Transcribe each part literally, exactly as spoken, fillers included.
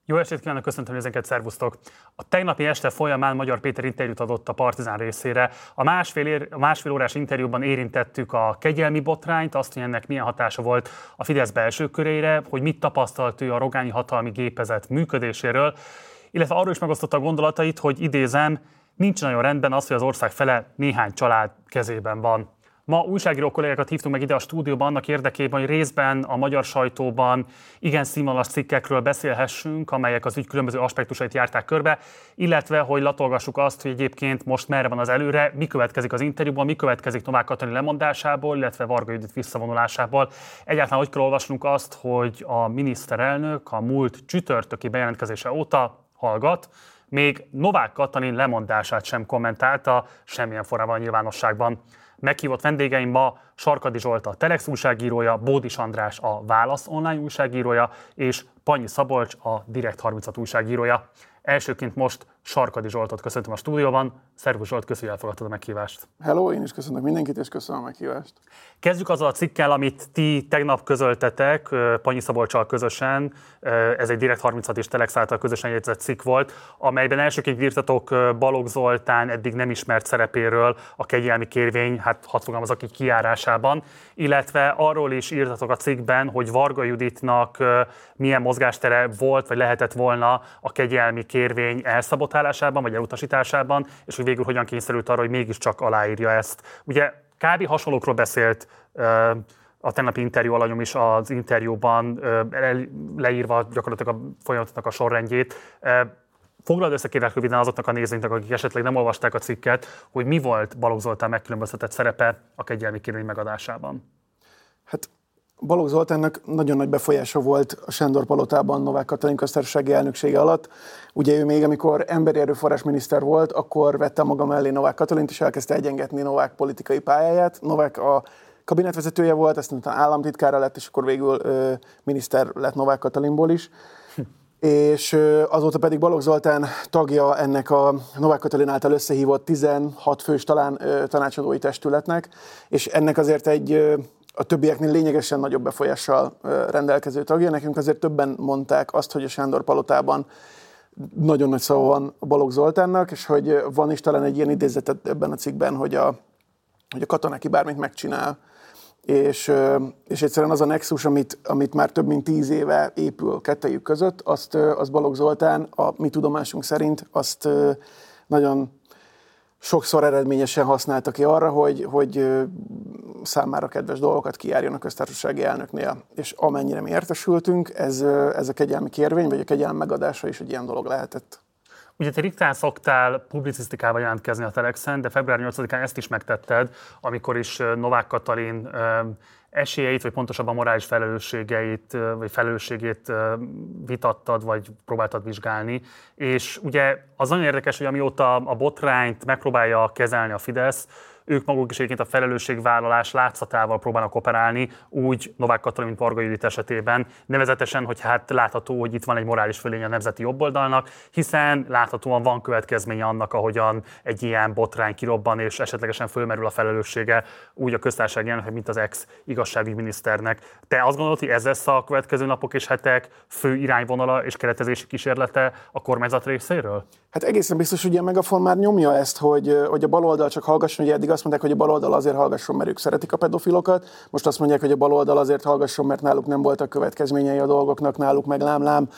Jó estét kívánok, köszöntöm nézőinket, szervusztok! A tegnapi este folyamán Magyar Péter interjút adott a Partizán részére. A másfél, ér, a másfél órás interjúban érintettük a kegyelmi botrányt, azt, hogy ennek milyen hatása volt a Fidesz belső köreire, hogy mit tapasztalt ő a rogányi hatalmi gépezet működéséről, illetve arról is megosztotta a gondolatait, hogy idézem, nincs nagyon rendben az, hogy az ország fele néhány család kezében van. Ma újságíró kollégákat hívtunk meg ide a stúdióban annak érdekében, hogy részben a magyar sajtóban igen színvonalas cikkekről beszélhessünk, amelyek az ügy különböző aspektusait járták körbe, illetve hogy latolgassuk azt, hogy egyébként most merre van az előre, mi következik az interjúban, mi következik Novák Katalin lemondásából, illetve Varga Judit visszavonulásából. Egyáltalán hogy kell olvasnunk azt, hogy a miniszterelnök a múlt csütörtöki bejelentkezése óta hallgat, még Novák Katalin lemondását sem kommentálta semmilyen formában a nyilvánosságban. Meghívott vendégeim ma Sarkady Zsolt, a Telex újságírója, Bódis András, a Válasz online újságírója, és Pannyi Szabolcs, a Direkt harminchat újságírója. Elsőként most Sarkady Zsoltot köszöntöm a stúdióban. Szervusz Zsolt, köszönjük, hogy elfogadtad a meghívást. Hello, én is köszönök mindenkit, és köszönöm a meghívást. Kezdjük azzal a cikkel, amit ti tegnap közöltetek, Pannyi Szabolccsal közösen. Ez egy Direkt harminchat és Telex által közösen jegyzett cikk volt, amelyben elsőként írtatok Balogh Zoltán eddig nem ismert szerepéről a kegyelmi kérvény, hát hadd fogalmazok így, kijárásában, illetve arról is írtatok a cikkben, hogy Varga Juditnak milyen mozgástere volt, vagy lehetett volna a kegyelmi kérvény elszabotálásában, vagy elutasításában, és hogy végül hogyan kényszerült arra, hogy mégiscsak aláírja ezt. Ugye kb. Hasonlókról beszélt a tegnapi interjú alanyom is az interjúban, leírva gyakorlatilag a folyamatnak a sorrendjét. Foglald össze kérlek röviden azoknak a nézőinknek, akik esetleg nem olvasták a cikket, hogy mi volt Balogh Zoltán megkülönböztetett szerepe a kegyelmi kérvény megadásában. Hát Balogh Zoltánnak nagyon nagy befolyása volt a Sándor palotában Novák Katalin köztársasági elnöksége alatt. Ugye ő még, amikor emberi erőforrás miniszter volt, akkor vette maga mellé Novák Katalint, és elkezdte egyengetni Novák politikai pályáját. Novák a kabinetvezetője volt, aztán utána államtitkára lett, és akkor végül ö, miniszter lett Novák Katalinból is. Hm. És ö, azóta pedig Balogh Zoltán tagja ennek a Novák Katalin által összehívott tizenhat fős talán ö, tanácsadói testületnek, és ennek azért egy ö, a többieknél lényegesen nagyobb befolyással rendelkező tagja. Nekünk azért többen mondták azt, hogy a Sándor palotában nagyon nagy szava van a Balogh Zoltánnak, és hogy van is talán egy ilyen idézetet ebben a cikkben, hogy a, hogy a katona aki bármit megcsinál. És, és egyszerűen az a nexus, amit, amit már több mint tíz éve épül kettejük között, azt, azt Balogh Zoltán, a mi tudomásunk szerint, azt nagyon sokszor eredményesen használta ki arra, hogy, hogy számára kedves dolgokat kijárjon a köztársasági elnöknél. És amennyire mi értesültünk, ez, ez a kegyelmi kérvény, vagy a kegyelem megadása is egy ilyen dolog lehetett. Ugye te ritkán szoktál publicisztikával jelentkezni a Telexen, de február nyolcadikán ezt is megtetted, amikor is Novák Katalin esélyeit, vagy pontosabban morális felelősségeit, vagy felelősségét vitattad, vagy próbáltad vizsgálni. És ugye az nagyon érdekes, hogy amióta a botrányt megpróbálja kezelni a Fidesz, ők maguk is egyébként a felelősségvállalás látszatával próbálnak operálni, úgy Novák Katalin, mint Varga Judit esetében, nevezetesen, hogy hát látható, hogy itt van egy morális fölény a nemzeti jobboldalnak, hiszen láthatóan van következménye annak, ahogyan egy ilyen botrány kirobban, és esetlegesen fölmerül a felelőssége úgy a köztársasági elnöknek, mint az ex-igazságügyminiszternek. Te azt gondolod, hogy ez lesz a következő napok és hetek fő irányvonala és keretezési kísérlete a kormányzat részéről? Hát egészen biztos, hogy a Megafon már nyomja ezt, hogy, hogy a baloldal csak hallgasson, hogy eddig azt mondták, hogy a baloldal azért hallgasson, mert ők szeretik a pedofilokat, most azt mondják, hogy a baloldal azért hallgasson, mert náluk nem voltak következményei a dolgoknak, náluk meg lám-lám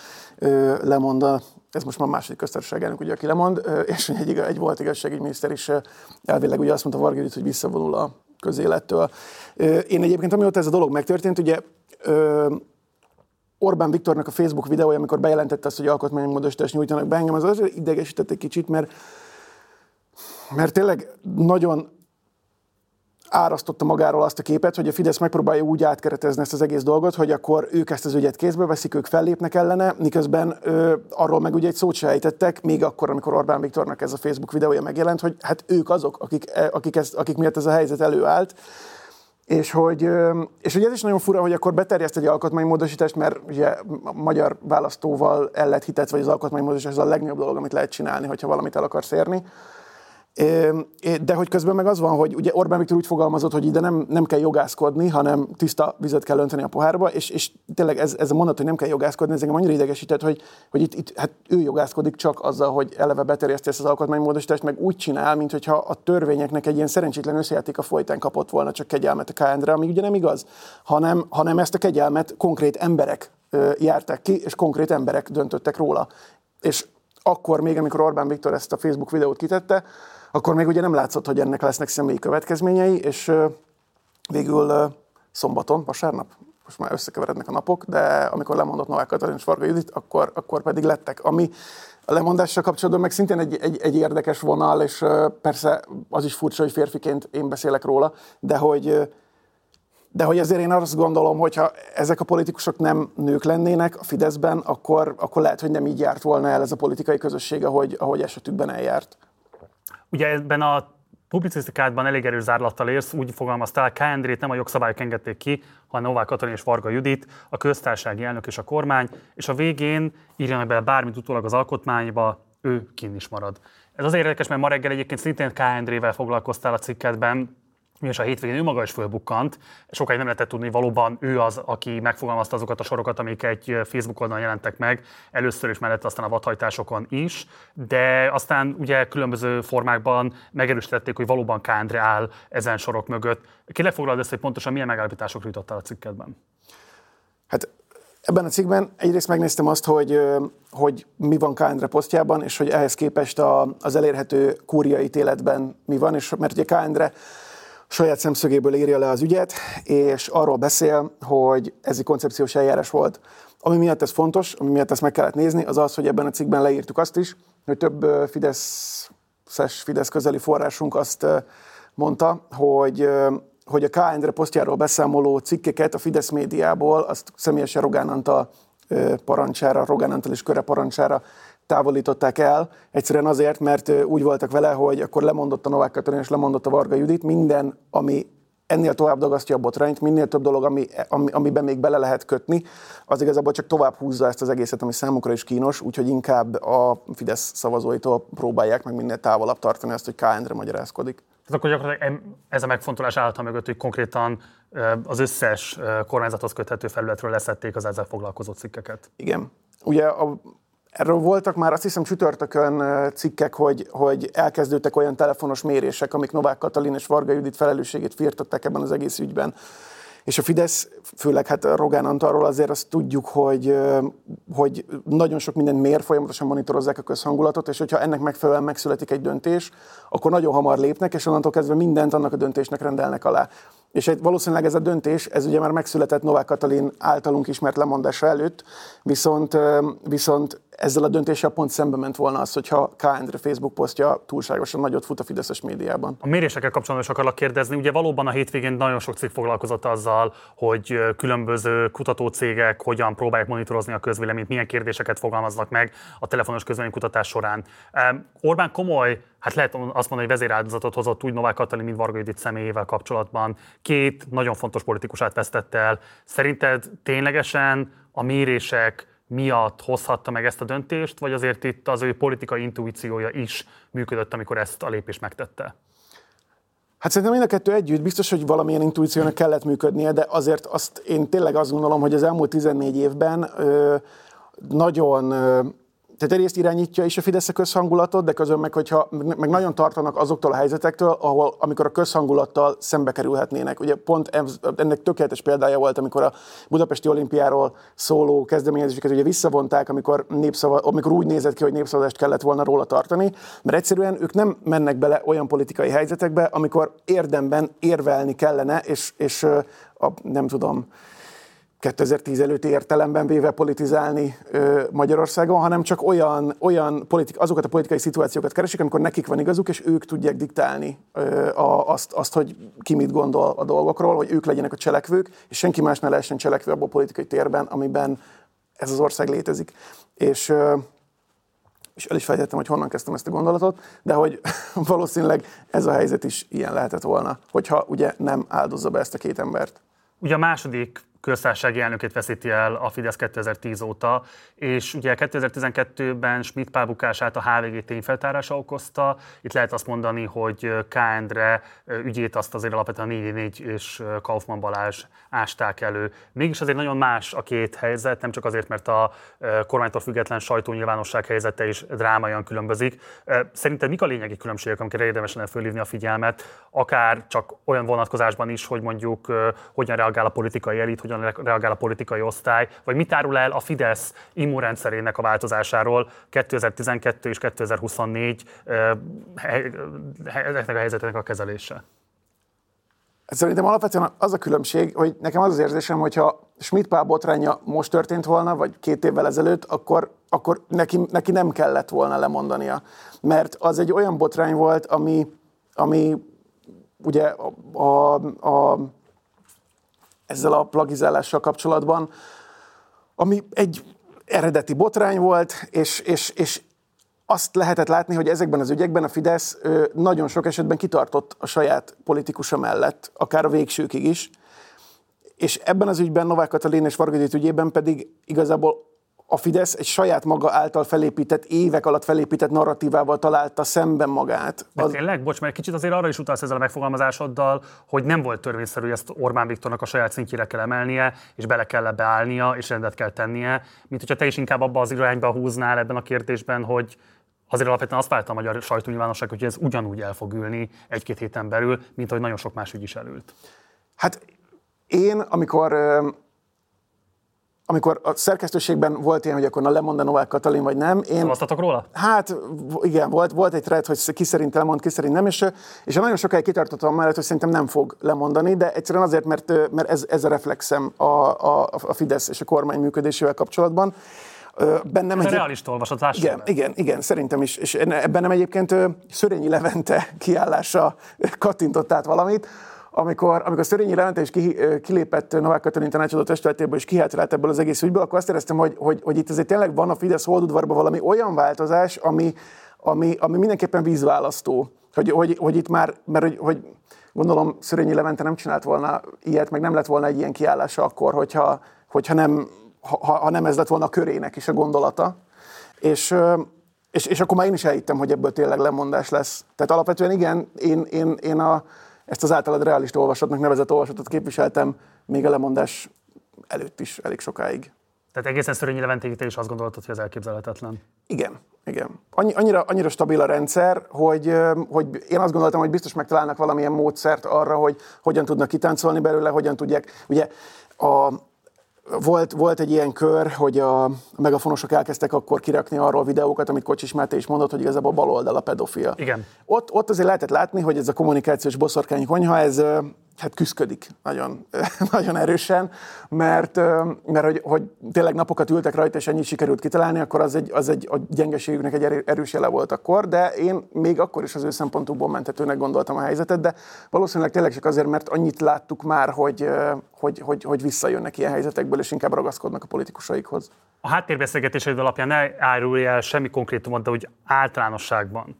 lemond a, ez most már második köztársaság elnök, ugye, aki lemond, és egy, egy volt igazságügyminiszter is elvileg ugye azt mondta Varga Judit, hogy visszavonul a közélettől. Én egyébként, amióta ez a dolog megtörtént, ugye Orbán Viktornak a Facebook videója, amikor bejelentette azt, hogy alkotmánymódosítást nyújtanak be, engem az azért idegesített egy kicsit, mert, mert tényleg nagyon árasztotta magáról azt a képet, hogy a Fidesz megpróbálja úgy átkeretezni ezt az egész dolgot, hogy akkor ők ezt az ügyet kézbe veszik, ők fellépnek ellene, miközben ö, arról meg ugye egy szót se ejtettek, még akkor, amikor Orbán Viktornak ez a Facebook videója megjelent, hogy hát ők azok, akik, akik, ezt, akik miatt ez a helyzet előállt. És hogy, és hogy ez is nagyon fura, hogy akkor beterjeszt egy alkotmánymódosítást, mert ugye a magyar választóval el lehet hitetve, vagy az alkotmánymódosítás az a legnagyobb dolog, amit lehet csinálni, hogyha valamit el akarsz érni. De hogy közben meg az van, hogy ugye Orbán Viktor úgy fogalmazott, hogy ide nem, nem kell jogászkodni, hanem tiszta vizet kell önteni a pohárba, és, és tényleg ez, ez a mondat, hogy nem kell jogászkodni, ez engem annyira idegesített, hogy, hogy itt, itt hát ő jogászkodik csak azzal, hogy eleve beterjeszti ezt az alkotmánymódosítást, meg úgy csinál, mintha a törvényeknek egy ilyen szerencsétlen összejátéka folytán kapott volna csak kegyelmet a ká endre, ami ugye nem igaz, hanem, hanem ezt a kegyelmet konkrét emberek járták ki, és konkrét emberek döntöttek róla. És akkor még, amikor Orbán Viktor ezt a Facebook videót kitette, akkor még ugye nem látszott, hogy ennek lesznek személyi következményei, és végül szombaton, vasárnap, most már összekeverednek a napok, de amikor lemondott Novák Katalin és Varga Judit, akkor, akkor pedig lettek. Ami a lemondással kapcsolatban meg szintén egy, egy, egy érdekes vonal, és persze az is furcsa, hogy férfiként én beszélek róla, de hogy, de hogy ezért én azt gondolom, hogyha ezek a politikusok nem nők lennének a Fideszben, akkor, akkor lehet, hogy nem így járt volna el ez a politikai közösség, ahogy, ahogy esetükben eljárt. Ugye ebben a publicisztikádban elég erős zárlattal érsz, úgy fogalmaztál, ká endrét nem a jogszabályok engedték ki, hanem Novák Katalin és Varga Judit, a köztársasági elnök és a kormány, és a végén írjanak bele bármit utólag az alkotmányba, ő kinn is marad. Ez azért érdekes, mert ma reggel egyébként szintén ká endrével foglalkoztál a cikkedben, és a hétvégén ő maga is fölbukkant, sokáig nem lehetett tudni, hogy valóban ő az, aki megfogalmazta azokat a sorokat, amik egy Facebook oldalon jelentek meg, először is mellett aztán a vadhajtásokon is, de aztán ugye különböző formákban megerősítették, hogy valóban ká endre áll ezen sorok mögött. Ki lefoglalod ezt, hogy pontosan milyen megállapításokra jutottál a cikkedben? Hát ebben a cikkben egyrészt megnéztem azt, hogy, hogy mi van ká endre posztjában, és hogy ehhez képest az elérhető kúria ítéletben mi van, és mert ugye ká endre saját szemszögéből írja le az ügyet, és arról beszél, hogy ez egy koncepciós eljárás volt. Ami miatt ez fontos, ami miatt ezt meg kellett nézni, az az, hogy ebben a cikkben leírtuk azt is, hogy több Fideszes, Fidesz közeli forrásunk azt mondta, hogy, hogy a ká endre posztjáról beszámoló cikkeket a Fidesz médiából azt személyesen Rogán Antal parancsára, Rogán Antal és köre parancsára távolították el, egyszerűen azért, mert úgy voltak vele, hogy akkor lemondott a Novák Katalin és lemondott a Varga Judit, minden, ami ennél tovább dagasztja a botrányt, minél több dolog, ami, ami, amiben még bele lehet kötni, az igazából csak tovább húzza ezt az egészet, ami számukra is kínos, úgyhogy inkább a Fidesz szavazóitól próbálják meg minél távolabb tartani azt, hogy ká endre magyarázkodik. Tehát akkor gyakorlatilag ez a megfontolás állata mögött, hogy konkrétan az összes kormányzathoz köthető felületről leszették az ezzel foglalkozó cikkeket. Igen. Ugye a Erről voltak már azt hiszem csütörtökön cikkek, hogy, hogy elkezdődtek olyan telefonos mérések, amik Novák Katalin és Varga Judit felelősségét firtatták ebben az egész ügyben. És a Fidesz, főleg hát Rogán Antalról azért azt tudjuk, hogy, hogy nagyon sok mindent mér, folyamatosan monitorozzák a közhangulatot, és hogyha ennek megfelelően megszületik egy döntés, akkor nagyon hamar lépnek, és onnantól kezdve mindent annak a döntésnek rendelnek alá. És valószínűleg ez a döntés, ez ugye már megszületett Novák Katalin általunk ismert lemondása előtt, viszont, viszont ezzel a döntéssel pont szembe ment volna az, hogyha ká endre Facebook posztja túlságosan nagyot fut a fideszes médiában. A mérésekkel kapcsolatban is akarlak kérdezni. Ugye valóban a hétvégén nagyon sok cikk foglalkozott azzal, hogy különböző kutatócégek hogyan próbálják monitorozni a közvéleményt, milyen kérdéseket fogalmaznak meg a telefonos közvéleménykutatás során. Orbán komoly, hát lehet azt mondani, hogy vezéráldozatot hozott úgy Novák Katalin, mint Varga Judit személyével kapcsolatban. Két nagyon fontos politikusát vesztette el. Szerinted ténylegesen a mérések miatt hozhatta meg ezt a döntést, vagy azért itt az ő politikai intuíciója is működött, amikor ezt a lépést megtette? Hát szerintem mind a kettő együtt, biztos, hogy valamilyen intuíciónak kellett működnie, de azért azt én tényleg azt gondolom, hogy az elmúlt tizennégy évben ö, nagyon... Ö, Tehát egyrészt irányítja is a Fidesz a közhangulatot, de közben meg, hogyha meg nagyon tartanak azoktól a helyzetektől, ahol amikor a közhangulattal szembe kerülhetnének. Ugye pont ez, ennek tökéletes példája volt, amikor a Budapesti Olimpiáról szóló kezdeményezéseket ugye visszavonták, amikor, népszava, amikor úgy nézett ki, hogy népszavazást kellett volna róla tartani, mert egyszerűen ők nem mennek bele olyan politikai helyzetekbe, amikor érdemben érvelni kellene, és, és a, nem tudom, kétezer-tíz előtti értelemben véve politizálni ö, Magyarországon, hanem csak olyan, olyan politik, azokat a politikai szituációkat keresik, amikor nekik van igazuk, és ők tudják diktálni ö, a, azt, azt, hogy ki mit gondol a dolgokról, hogy ők legyenek a cselekvők, és senki más ne lehessen cselekvő abban a politikai térben, amiben ez az ország létezik. És, ö, és el is fejtettem, hogy honnan kezdtem ezt a gondolatot, de hogy valószínűleg ez a helyzet is ilyen lehetett volna, hogyha ugye nem áldozza be ezt a két embert. Ugye a második köztársasági elnökét veszíti el a Fidesz kétezer-tíz óta, és ugye kétezer-tizenkettőben Schmidt Pál bukását a há vé gé tényfeltárása okozta. Itt lehet azt mondani, hogy K. Endre ügyét azt azért alapvetően a négy négy és Kaufmann Balázs ásták elő. Mégis azért nagyon más a két helyzet, nem csak azért, mert a kormánytól független sajtónyilvánosság helyzete is drámaian különbözik. Szerinted mik a lényegi különbségek, amikre érdemes lenne fölhívni a figyelmet, akár csak olyan vonatkozásban is, hogy mondjuk hogyan reagál a politikai elit, hogyan reagál a politikai osztály, vagy mit árul el a Fidesz immunrendszerének a változásáról kétezer-tizenkettő és kétezer-huszonnégy ezeknek a helyzeteknek a kezelése? Szerintem alapvetően az a különbség, hogy nekem az az érzésem, hogyha Schmidt Pál botránya most történt volna, vagy két évvel ezelőtt, akkor, akkor neki, neki nem kellett volna lemondania. Mert az egy olyan botrány volt, ami, ami ugye a, a, a, ezzel a plagizálással kapcsolatban, ami egy eredeti botrány volt, és, és, és azt lehetett látni, hogy ezekben az ügyekben a Fidesz nagyon sok esetben kitartott a saját politikusa mellett, akár a végsőkig is. És ebben az ügyben, Novák Katalin és Varga Judit ügyében pedig igazából a Fidesz egy saját maga által felépített, évek alatt felépített narratívával találta szemben magát. De az... tényleg? Bocs, mert kicsit azért arra is utalsz ezzel a megfogalmazásoddal, hogy nem volt törvényszerű, hogy ezt Orbán Viktornak a saját szintjére kell emelnie, és bele kell ebbe állnia, és rendet kell tennie, mint hogyha te is inkább abba az irányba húznál ebben a kérdésben, hogy azért alapvetően azt várta a magyar sajtónyilvánosság, hogy ez ugyanúgy el fog ülni egy-két héten belül, mint ahogy nagyon sok más ügy is elült. Hát én, amikor, amikor a szerkesztőségben volt ilyen, hogy akkor na lemond a Novák Katalin, vagy nem. Én, Szavaztatok róla? Hát igen, volt, volt egy thread, hogy ki szerint lemond, ki szerint nem, és, és nagyon sokáig kitartottam mellett, hogy szerintem nem fog lemondani, de egyszerűen azért, mert, mert ez, ez a reflexem a, a, a Fidesz és a kormány működésével kapcsolatban. Bennem ez egy realista olvasat, lássuk. Igen, igen, igen, szerintem is. És ebben nem egyébként Szörényi Levente kiállása kattintott át valamit, amikor, amikor Szörényi Levente is ki, kilépett Novák Katalin tanácsadó testületéből és kihátrált ebből az egész ügyből, akkor azt éreztem, hogy, hogy, hogy itt azért tényleg van a Fidesz holdudvarban valami olyan változás, ami, ami, ami mindenképpen vízválasztó. Hogy, hogy, hogy itt már, mert hogy, hogy gondolom Szörényi Levente nem csinált volna ilyet, meg nem lett volna egy ilyen kiállása akkor, hogyha, hogyha nem Ha, ha nem ez lett volna a körének is a gondolata. És, és, és akkor már én is elhittem, hogy ebből tényleg lemondás lesz. Tehát alapvetően igen, én, én, én a, ezt az általad realista olvasatnak nevezett olvasatot képviseltem még a lemondás előtt is elég sokáig. Tehát egészen Szörényi Leventéig te is azt gondoltad, hogy ez elképzelhetetlen? Igen, igen. Annyi, annyira, annyira stabil a rendszer, hogy, hogy én azt gondoltam, hogy biztos megtalálnak valamilyen módszert arra, hogy hogyan tudnak kitáncolni belőle, hogyan tudják. Ugye a Volt, volt egy ilyen kör, hogy a megafonosok elkezdtek akkor kirakni arról videókat, amit Kocsis Máté is mondott, hogy igazából baloldal a pedofil. Igen. Ott, ott azért lehetett látni, hogy ez a kommunikációs boszorkány konyha, ez hát küszködik nagyon, nagyon erősen, mert, mert hogy, hogy tényleg napokat ültek rajta, és ennyit sikerült kitalálni, akkor az egy, az egy a gyengeségüknek egy erős jele volt akkor, de én még akkor is az ő szempontukból mentetőnek gondoltam a helyzetet, de valószínűleg tényleg csak azért, mert annyit láttuk már, hogy, hogy, hogy, hogy visszajönnek ilyen helyzetekből, és inkább ragaszkodnak a politikusaikhoz. A háttérbeszélgetéseid alapján ne árulj el semmi konkrétumot, de úgy általánosságban.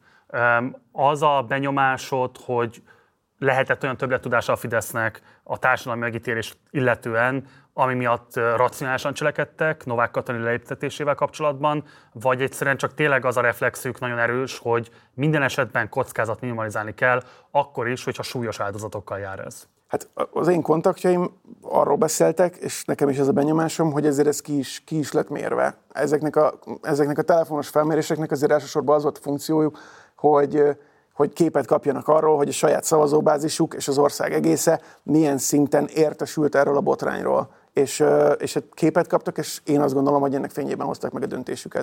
Az a benyomásod, hogy lehetett olyan többlettudása a Fidesznek a társadalmi megítélést illetően, ami miatt racionálisan cselekedtek Novák Katalin leéptetésével kapcsolatban, vagy egyszerűen csak tényleg az a reflexük nagyon erős, hogy minden esetben kockázat minimalizálni kell, akkor is, hogyha súlyos áldozatokkal jár ez. Hát az én kontaktjaim arról beszéltek, és nekem is ez a benyomásom, hogy ezért ez ki is, ki is lett mérve. Ezeknek a, ezeknek a telefonos felméréseknek azért elsősorban az volt a funkciójuk, hogy hogy képet kapjanak arról, hogy a saját szavazóbázisuk és az ország egésze milyen szinten értesült erről a botrányról. És, és képet kaptak, és én azt gondolom, hogy ennek fényében hozták meg a döntésüket.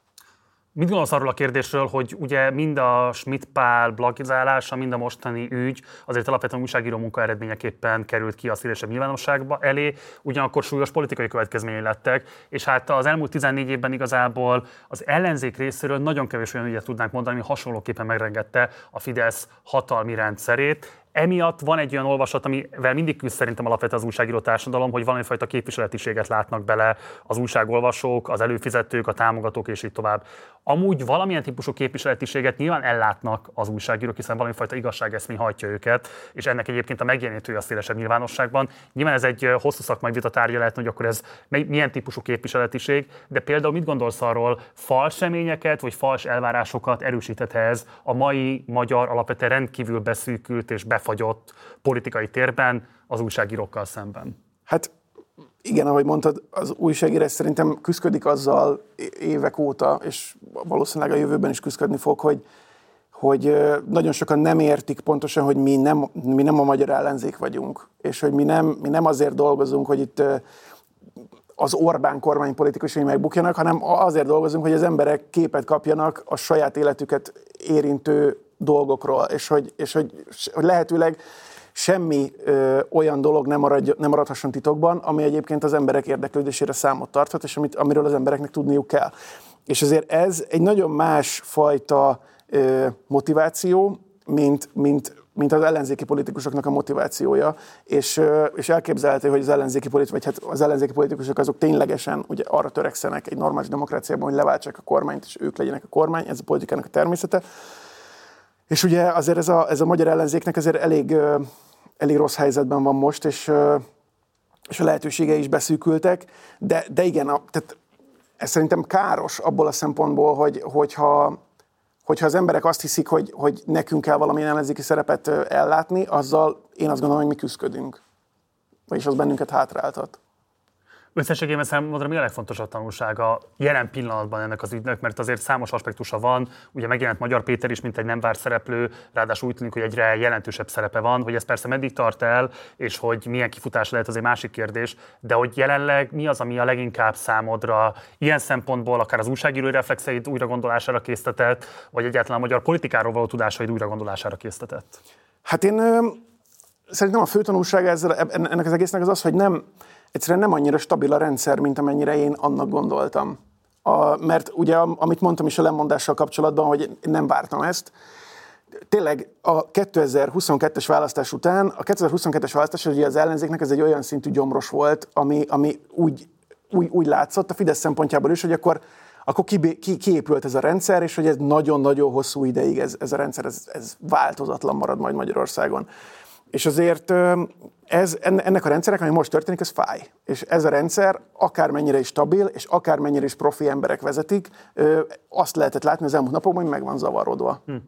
Mit gondolsz arról a kérdésről, hogy ugye mind a Schmidt Pál blogizálása, mind a mostani ügy azért alapvetően újságíró munka eredményeképpen került ki a szélesebb nyilvánosságba elé, ugyanakkor súlyos politikai következményei lettek, és hát az elmúlt tizennégy évben igazából az ellenzék részéről nagyon kevés olyan ügyet tudnánk mondani, ami hasonlóképpen megrengette a Fidesz hatalmi rendszerét. Emiatt van egy olyan olvasat, amivel mindig küzd szerintem alapvetően az újságíró társadalom, hogy valamifajta képviseletiséget látnak bele az újságolvasók, az előfizetők, a támogatók és így tovább. Amúgy valamilyen típusú képviseletiséget nyilván ellátnak az újságírók, hiszen valamifajta igazságeszmény hajtja őket, és ennek egyébként a megjelenítője a szélesebb nyilvánosságban. Nyilván ez egy hosszú szakmai vita tárgya lehet, hogy akkor ez milyen típusú képviseletiség, de például mit gondolsz arról, fals reményeket vagy fals elvárásokat erősíthet ez a mai magyar alapvetően rendkívül beszűkült és befagyott politikai térben az újságírókkal szemben? Hát igen, ahogy mondtad, az újságírás szerintem küszködik azzal évek óta, és valószínűleg a jövőben is küszködni fog, hogy, hogy nagyon sokan nem értik pontosan, hogy mi nem, mi nem a magyar ellenzék vagyunk, és hogy mi nem, mi nem azért dolgozunk, hogy itt az Orbán kormány politikusai megbukjanak, hanem azért dolgozunk, hogy az emberek képet kapjanak a saját életüket érintő dolgokról, és hogy, és hogy, hogy lehetőleg semmi ö, olyan dolog nem, maradj, nem maradhasson titokban, ami egyébként az emberek érdeklődésére számot tarthat, és amit, amiről az embereknek tudniuk kell. És azért ez egy nagyon más fajta ö, motiváció, mint, mint, mint az ellenzéki politikusoknak a motivációja, és, ö, és elképzelhető, hogy az ellenzéki, politi- vagy hát az ellenzéki politikusok azok ténylegesen ugye arra törekszenek egy normális demokráciában, hogy leváltsák a kormányt, és ők legyenek a kormány, ez a politikának a természete. És ugye azért ez a, ez a magyar ellenzéknek azért elég, elég rossz helyzetben van most, és, és a lehetőségei is beszűkültek, de, de igen, a, tehát ez szerintem káros abból a szempontból, hogy, hogyha, hogyha az emberek azt hiszik, hogy, hogy nekünk kell valamilyen ellenzéki szerepet ellátni, azzal én azt gondolom, hogy mi küszködünk. Vagyis az bennünket hátráltat. Összességében számomra mi a legfontosabb tanulsága jelen pillanatban ennek az ügynek, mert azért számos aspektusa van, ugye megjelent Magyar Péter is, mint egy nem várt szereplő, ráadásul úgy tűnik, hogy egyre jelentősebb szerepe van, hogy ez persze meddig tart el, és hogy milyen kifutás lehet, az egy másik kérdés, de hogy jelenleg mi az, ami a leginkább számodra ilyen szempontból akár az újságírói reflexeid újragondolására késztetett, vagy egyáltalán a magyar politikáról való tudásaid újragondolására késztetett? Hát én ö, szerintem a fő tanulsága ezzel, ennek az egésznek az az, hogy nem egyszerűen nem annyira stabil a rendszer, mint amennyire én annak gondoltam. A, mert ugye, amit mondtam is a lemondással kapcsolatban, hogy nem vártam ezt. Tényleg a kétezer-huszonkettes választás után, a kétezer-huszonkettes választás ugye az ellenzéknek ez egy olyan szintű gyomros volt, ami, ami úgy, úgy, úgy látszott a Fidesz szempontjából is, hogy akkor, akkor ki, ki, kiépült ez a rendszer, és hogy ez nagyon-nagyon hosszú ideig ez, ez a rendszer, ez, ez változatlan marad majd Magyarországon. És azért ez, ennek a rendszernek, ami most történik, ez fáj. És ez a rendszer akármennyire is stabil, és akármennyire is profi emberek vezetik, azt lehetett látni az elmúlt napokban, hogy meg van zavarodva. Hm.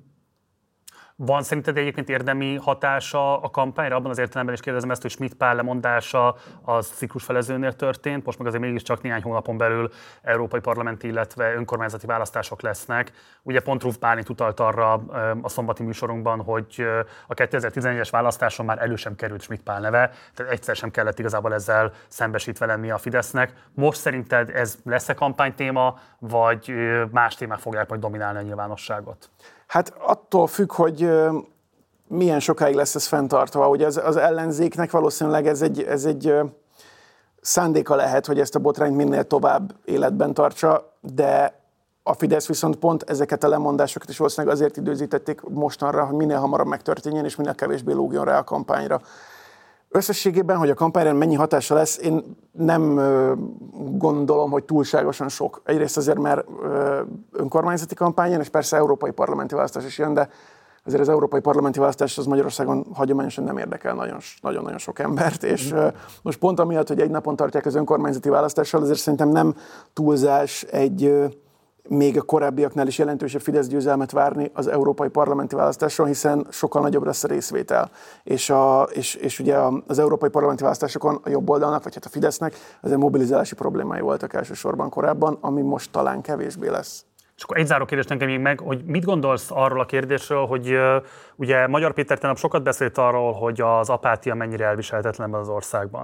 Van szerinted egyébként érdemi hatása a kampányra? Abban az értelemben is kérdezem ezt, hogy Schmidt Pál lemondása az ciklusfelezőnél történt, most meg azért mégiscsak néhány hónapon belül európai parlamenti, illetve önkormányzati választások lesznek. Ugye pont Ruf Bálint utalt arra a szombati műsorunkban, hogy a kétezer-tizenegyes választáson már elő sem került Schmidt Pál neve, tehát egyszer sem kellett igazából ezzel szembesítve lennie a Fidesznek. Most szerinted ez lesz-e kampánytéma, vagy más témák fogják majd dominálni a nyilvánosságot? Hát attól függ, hogy milyen sokáig lesz ez fenntartva. Ugye az, az ellenzéknek valószínűleg ez egy, ez egy szándéka lehet, hogy ezt a botrányt minél tovább életben tartsa, de a Fidesz viszont pont ezeket a lemondásokat is valószínűleg azért időzítették mostanra, hogy minél hamarabb megtörténjen, és minél kevésbé lógjon rá a kampányra. Összességében, hogy a kampányra mennyi hatása lesz, én nem gondolom, hogy túlságosan sok. Egyrészt azért, mert önkormányzati kampányon, és persze európai parlamenti választás is jön, de azért az európai parlamenti választás az Magyarországon hagyományosan nem érdekel nagyon-nagyon sok embert, és mm. most pont amiatt, hogy egy napon tartják az önkormányzati választással, azért szerintem nem túlzás egy még a korábbiaknál is jelentősebb Fidesz győzelmet várni az európai parlamenti választáson, hiszen sokkal nagyobb lesz a részvétel. És, a, és, és ugye az európai parlamenti választásokon a jobb oldalnak, vagy hát a Fidesznek azért mobilizálási problémái voltak elsősorban korábban, ami most talán kevésbé lesz. És akkor egy záró kérdés nekem még meg, hogy mit gondolsz arról a kérdésről, hogy uh, ugye Magyar Péter tegnap sokat beszélt arról, hogy az apátia mennyire elviselhetetlen az országban.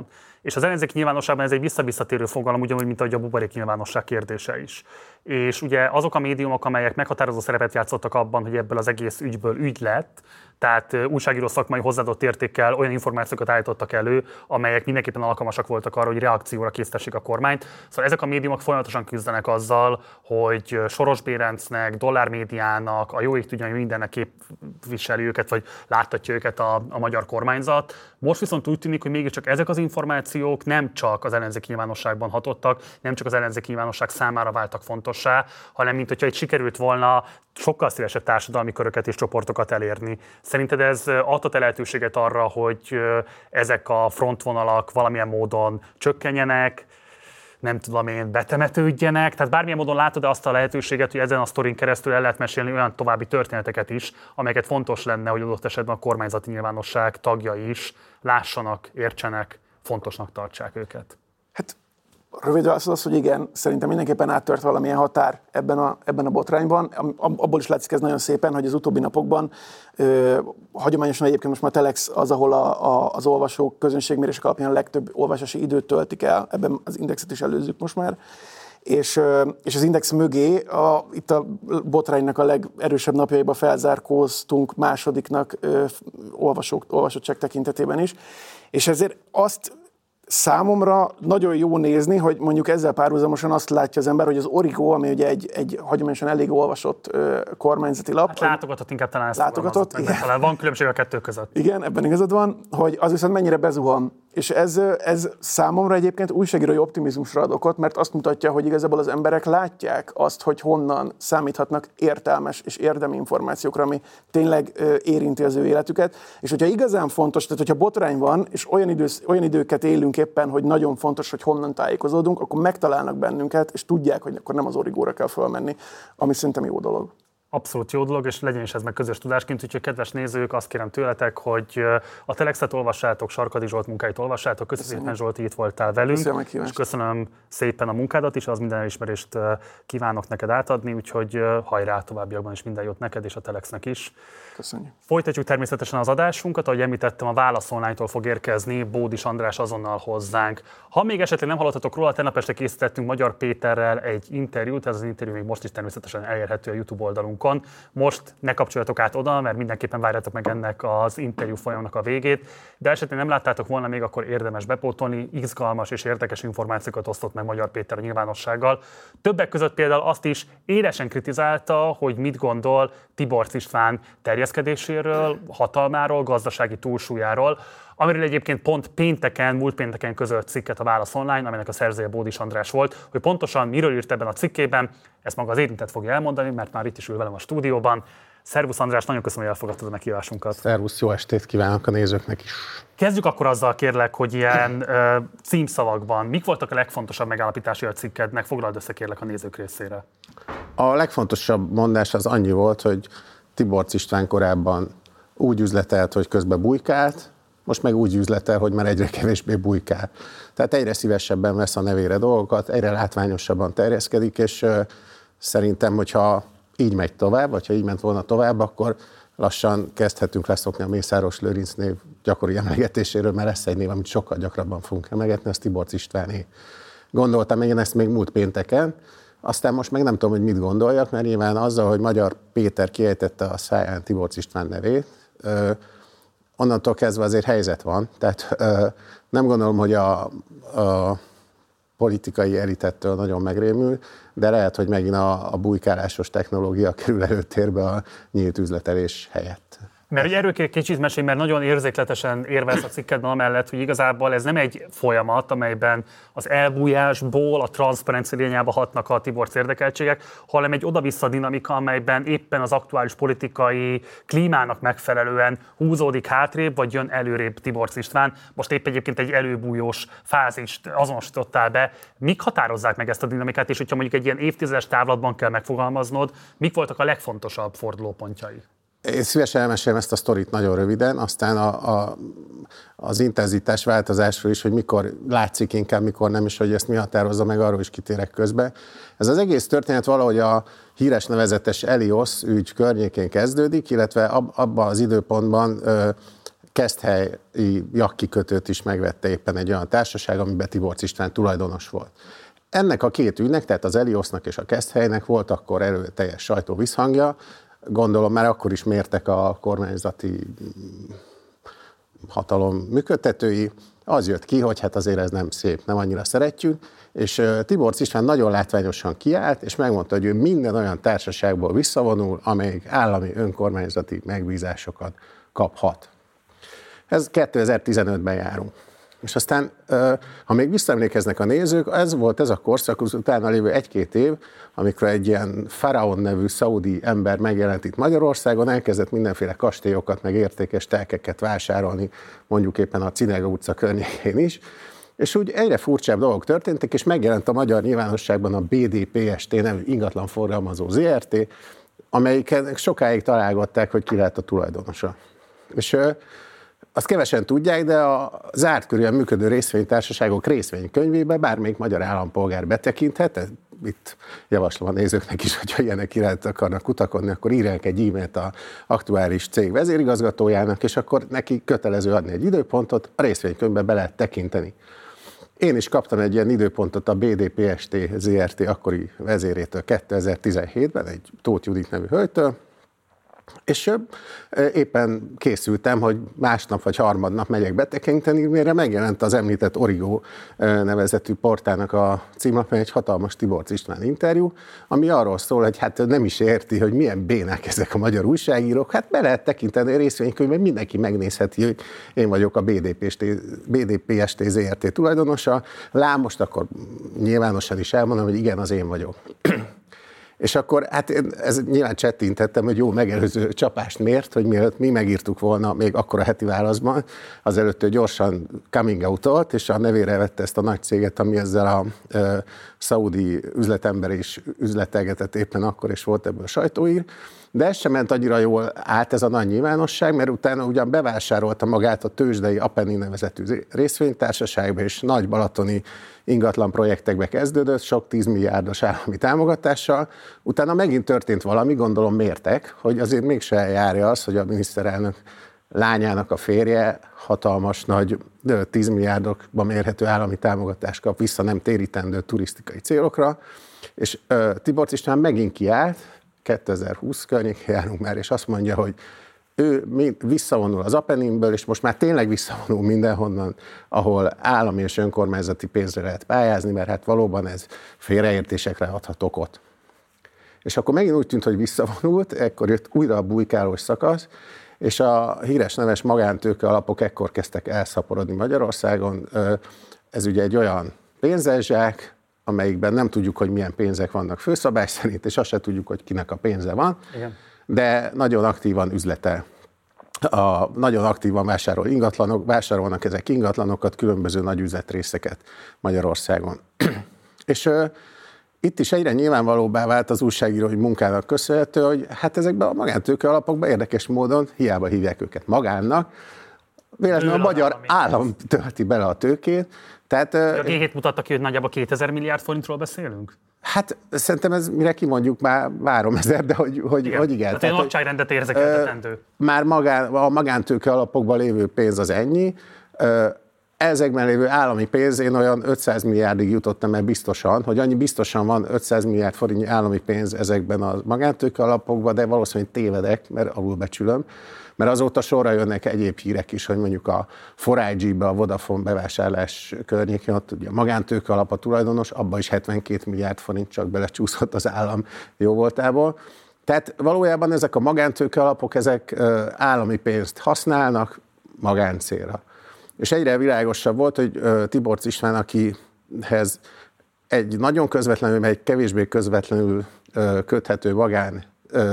És az ellenzék nyilvánosságban ez egy visszavisszatérő fogalom, ugyanúgy, mint ahogy a buborék nyilvánosság kérdése is. És ugye azok a médiumok, amelyek meghatározó szerepet játszottak abban, hogy ebből az egész ügyből ügy lett, tehát újságíró szakmai hozzáadott értékkel olyan információkat állítottak elő, amelyek mindenképpen alkalmasak voltak arra, hogy reakcióra késztessék a kormányt. Szóval ezek a médiumok folyamatosan küzdenek azzal, hogy Soros Bérencnek, Dollár Médiának, a jó ég tudja, hogy mindennek képviseli őket, vagy láttatja őket a, a magyar kormányzat. Most viszont úgy tűnik, hogy mégiscsak ezek az információk nem csak az ellenzéki nyilvánosságban hatottak, nem csak az ellenzéki nyilvánosság számára váltak fontossá, hanem mint hogyha itt sikerült volna sokkal szélesebb társadalmi köröket és csoportokat elérni. Szerinted ez adhat-e lehetőséget arra, hogy ezek a frontvonalak valamilyen módon csökkenjenek, nem tudom én, betemetődjenek? Tehát bármilyen módon látod-e azt a lehetőséget, hogy ezen a sztorin keresztül el lehet mesélni olyan további történeteket is, amelyeket fontos lenne, hogy adott esetben a kormányzati nyilvánosság tagjai is lássanak, értsenek, fontosnak tartsák őket? Hát rövid válasz az, hogy igen, szerintem mindenképpen áttört valamilyen határ ebben a, ebben a botrányban. Abból is látszik ez nagyon szépen, hogy az utóbbi napokban ö, hagyományosan egyébként most már a Telex az, ahol a, a, az olvasók közönségmérések alapján a legtöbb olvasási időt töltik el, ebben az Indexet is előzzük most már. És, és az Index mögé a, itt a botránynak a legerősebb napjaiban felzárkóztunk másodiknak ö, olvasók, olvasottság tekintetében is. És ezért azt számomra nagyon jó nézni, hogy mondjuk ezzel párhuzamosan azt látja az ember, hogy az Origo, ami ugye egy, egy hagyományosan elég olvasott ö, kormányzati lap. Hát látogatott inkább talán ezt látogatott, meg, talán van különbség a kettő között. Igen, ebben igazad van, hogy az viszont mennyire bezuhan. És ez, ez számomra egyébként újságírói optimizmusra ad okot, mert azt mutatja, hogy igazából az emberek látják azt, hogy honnan számíthatnak értelmes és érdemi információkra, ami tényleg ö, érinti az ő életüket. És hogyha igazán fontos, tehát hogyha botrány van, és olyan, idősz, olyan időket élünk éppen, hogy nagyon fontos, hogy honnan tájékozódunk, akkor megtalálnak bennünket, és tudják, hogy akkor nem az Origóra kell fölmenni, ami szerintem jó dolog. Abszolút jó dolog, és legyen is ez meg közös tudásként, úgyhogy kedves nézők, azt kérem tőletek, hogy a Telexet olvassátok, Sarkadi Zsolt munkáit olvassátok, köszönöm szépen Zsolti, itt voltál velünk, köszönöm, és köszönöm szépen a munkádat is, az minden elismerést kívánok neked átadni, úgyhogy hajrá, továbbiakban is minden jót neked és a Telexnek is. Köszönjük. Folytatjuk természetesen az adásunkat, ahogy említettem, a Válasz Online-tól fog érkezni Bódis András azonnal hozzánk. Ha még esetleg nem hallottatok róla, tegnap este készítettünk Magyar Péterrel egy interjút, ez az interjú még most is természetesen elérhető a YouTube oldalunkon. Most ne kapcsoljatok át oda, mert mindenképpen várjátok meg ennek az interjú folyamnak a végét, de esetleg nem láttátok volna még, akkor érdemes bepótolni, izgalmas és érdekes információkat osztott meg Magyar Péter a nyilvánossággal. Többek között például azt is élesen kritizálta, hogy mit gondol Tiborcz István terjeszkedéséről, hatalmáról, gazdasági túlsúlyáról, amiről egyébként pont pénteken, múlt pénteken közölt cikket a Válasz Online, aminek a szerzője Bódis András volt, hogy pontosan miről írt ebben a cikkében, ezt maga az érintett fogja elmondani, mert már itt is ül velem a stúdióban. Szervusz András, nagyon köszönöm, hogy elfogadtad a meghívásunkat. Szervusz, jó estét kívánok a nézőknek is. Kezdjük akkor azzal, kérlek, hogy ilyen ö, címszavakban, mik voltak a legfontosabb megállapításai a cikkednek, foglald össze kérlek a nézők részére. A legfontosabb mondás az annyi volt, hogy Tiborcz István korábban úgy üzletelt, hogy közben bujkált, most meg úgy üzletel, hogy már egyre kevésbé bujkál. Tehát egyre szívesebben vesz a nevére dolgokat, egyre látványosabban terjeszkedik, és uh, szerintem, hogyha így megy tovább, vagy ha így ment volna tovább, akkor lassan kezdhetünk leszokni a Mészáros Lőrinc név gyakori emlegetéséről, mert lesz egy név, amit sokkal gyakrabban fogunk emlegetni, az Tiborcz Istváné. Gondoltam én ezt még múlt pénteken, aztán most meg nem tudom, hogy mit gondoljak, mert nyilván azzal, hogy Magyar Péter kiejtette a száján Tiborcz István nevét, uh, onnantól kezdve azért helyzet van, tehát ö, nem gondolom, hogy a, a politikai elitettől nagyon megrémül, de lehet, hogy megint a, a bujkálásos technológia kerül előtérbe a nyílt üzletelés helyett. Mert ugye erről kicsit mesélj, mert nagyon érzékletesen érvelsz a cikkedben amellett, hogy igazából ez nem egy folyamat, amelyben az elbújásból a transzparencia irányába hatnak a Tiborcz érdekeltségek, hanem egy oda-vissza dinamika, amelyben éppen az aktuális politikai klímának megfelelően húzódik hátrébb, vagy jön előrébb Tiborcz István. Most épp egyébként egy előbújós fázist azonosítottál be. Mik határozzák meg ezt a dinamikát, és hogyha mondjuk egy ilyen évtizedes távlatban kell megfogalmaznod, mik voltak a legfontosabb fordulópontjai? Én szívesen elmesélem ezt a sztorit nagyon röviden, aztán a, a, az intenzitás változásról is, hogy mikor látszik inkább, mikor nem, és hogy ezt mi határozza meg, arról is kitérek közbe. Ez az egész történet valahogy a híres nevezetes Elios ügy környékén kezdődik, illetve ab, abban az időpontban ö, keszthelyi jakkikötőt is megvette éppen egy olyan társaság, amiben Tiborcs István tulajdonos volt. Ennek a két ügynek, tehát az Eliosznak és a Keszthelynek volt akkor erőteljes sajtóvisszhangja, gondolom már akkor is mértek a kormányzati hatalom működtetői, az jött ki, hogy hát azért ez nem szép, nem annyira szeretjük, és Tiborcs István nagyon látványosan kiállt, és megmondta, hogy ő minden olyan társaságból visszavonul, amelyik állami önkormányzati megbízásokat kaphat. Ez kétezer-tizenötben járunk. És aztán, ha még visszaemlékeznek a nézők, ez volt ez a korszak, az utána lévő egy-két év, amikor egy ilyen Faraon nevű szaudi ember megjelent itt Magyarországon, elkezdett mindenféle kastélyokat, meg értékes telkeket vásárolni, mondjuk éppen a Cinega utca környékén is, és úgy egyre furcsább dolgok történtek, és megjelent a magyar nyilvánosságban a bé dé pé es té nevű ingatlanforgalmazó zé er té, amelyiket sokáig találgatták, hogy ki lehet a tulajdonosa. És azt kevesen tudják, de a zárt körűen működő részvénytársaságok részvénykönyvébe bármelyik magyar állampolgár betekinthet. Itt javaslom a nézőknek is, hogyha ilyenek iránt akarnak kutakodni, akkor írják egy e-mailt az aktuális cég vezérigazgatójának, és akkor neki kötelező adni egy időpontot, a részvénykönyvbe be lehet tekinteni. Én is kaptam egy ilyen időpontot a bé dé pé es té zé er té akkori vezérétől kétezer-tizenhétben, egy Tóth Judit nevű hölgytől, és éppen készültem, hogy másnap vagy harmadnap megyek betekinteni, mire megjelent az említett Origo nevezetű portának a címlapján egy hatalmas Tiborcs István interjú, ami arról szól, hogy hát nem is érti, hogy milyen bénák ezek a magyar újságírók, hát be lehet tekinteni a részvénykönyvben, mindenki megnézheti, hogy én vagyok a bé dé pé es té zé er té tulajdonosa, lám most akkor nyilvánosan is elmondom, hogy igen, az én vagyok. És akkor hát én ez nyilván csettintettem, hogy jó megelőző csapást mért, hogy mielőtt mi megírtuk volna még akkor a heti válaszban, azelőtt ő gyorsan coming out-olt, és a nevére vette ezt a nagy céget, ami ezzel a e, szaudi üzletember is üzletelgetett éppen akkor, és volt ebből a sajtóír. De ez sem ment annyira jól át ez a nagy nyilvánosság, mert utána ugyan bevásárolta magát a tőzsdei Apennin nevezetű részvénytársaságba, és nagy balatoni ingatlan projektekbe kezdődött, sok tízmilliárdos állami támogatással. Utána megint történt valami, gondolom mértek, hogy azért mégse eljárja az, hogy a miniszterelnök lányának a férje hatalmas nagy tízmilliárdokba mérhető állami támogatást kap vissza nem térítendő turisztikai célokra, és uh, Tiborcs István megint kiállt, kétezer-húsz környékén járunk már, és azt mondja, hogy ő visszavonul az Apenninből, és most már tényleg visszavonul mindenhonnan, ahol állami és önkormányzati pénzre lehet pályázni, mert hát valóban ez félreértésekre adhat okot. És akkor megint úgy tűnt, hogy visszavonult, ekkor jött újra a bujkálós szakasz, és a híres neves magántőke alapok ekkor kezdtek elszaporodni Magyarországon. Ez ugye egy olyan pénzeszsák, amelyikben nem tudjuk, hogy milyen pénzek vannak főszabály szerint, és azt se tudjuk, hogy kinek a pénze van, igen. De nagyon aktívan üzletel. A, nagyon aktívan vásárol ingatlanok, vásárolnak ezek ingatlanokat, különböző nagy üzletrészeket Magyarországon. És uh, itt is egyre nyilvánvalóbbá vált az újságírói munkának köszönhető, hogy hát ezekben a magántőke alapokban érdekes módon, hiába hívják őket magánnak, véletlenül a magyar állam tölti bele a tőkét. Tehát, a gé hét mutatta ki, hogy nagyjából kétezer milliárd forintról beszélünk? Hát szerintem ez, mire kimondjuk, már várom ezer, de hogy, hogy igen. Hogy igen. Tehát, tehát egy nagyságrendet érzékeltetendő. Már magán, a magántőke alapokban lévő pénz az ennyi. Ezekben lévő állami pénz, én olyan ötszáz milliárdig jutottam el biztosan, hogy annyi biztosan van ötszáz milliárd forintnyi állami pénz ezekben a magántőke alapokban, de valószínűleg tévedek, mert alulbecsülöm. Mert azóta sorra jönnek egyéb hírek is, hogy mondjuk a négy G-be, a Vodafone bevásárlás környékén, ott ugye a magántőke alap a tulajdonos, abba is hetvenkét milliárd forint csak belecsúszott az állam jóvoltából. Tehát valójában ezek a magántőke alapok, ezek állami pénzt használnak magáncélra. És egyre világosabb volt, hogy Tiborcs István, akihez egy nagyon közvetlenül, egy kevésbé közvetlenül köthető magán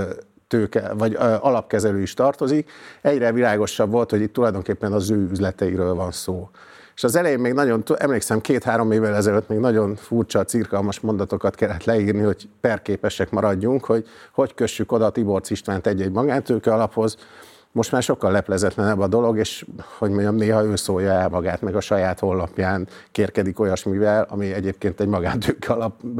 tőke, vagy alapkezelő is tartozik, egyre világosabb volt, hogy itt tulajdonképpen az ő üzleteiről van szó. És az elején még nagyon, emlékszem, két-három évvel ezelőtt még nagyon furcsa, cirkalmas mondatokat kellett leírni, hogy perképesek maradjunk, hogy hogy kössük oda Tiborcs Istvánt egy-egy magántőke alaphoz, Most már sokkal leplezetlenebb a dolog, és hogy mondjam, néha ő szólja el magát, meg a saját honlapján kérkedik olyasmivel, ami egyébként egy magántőke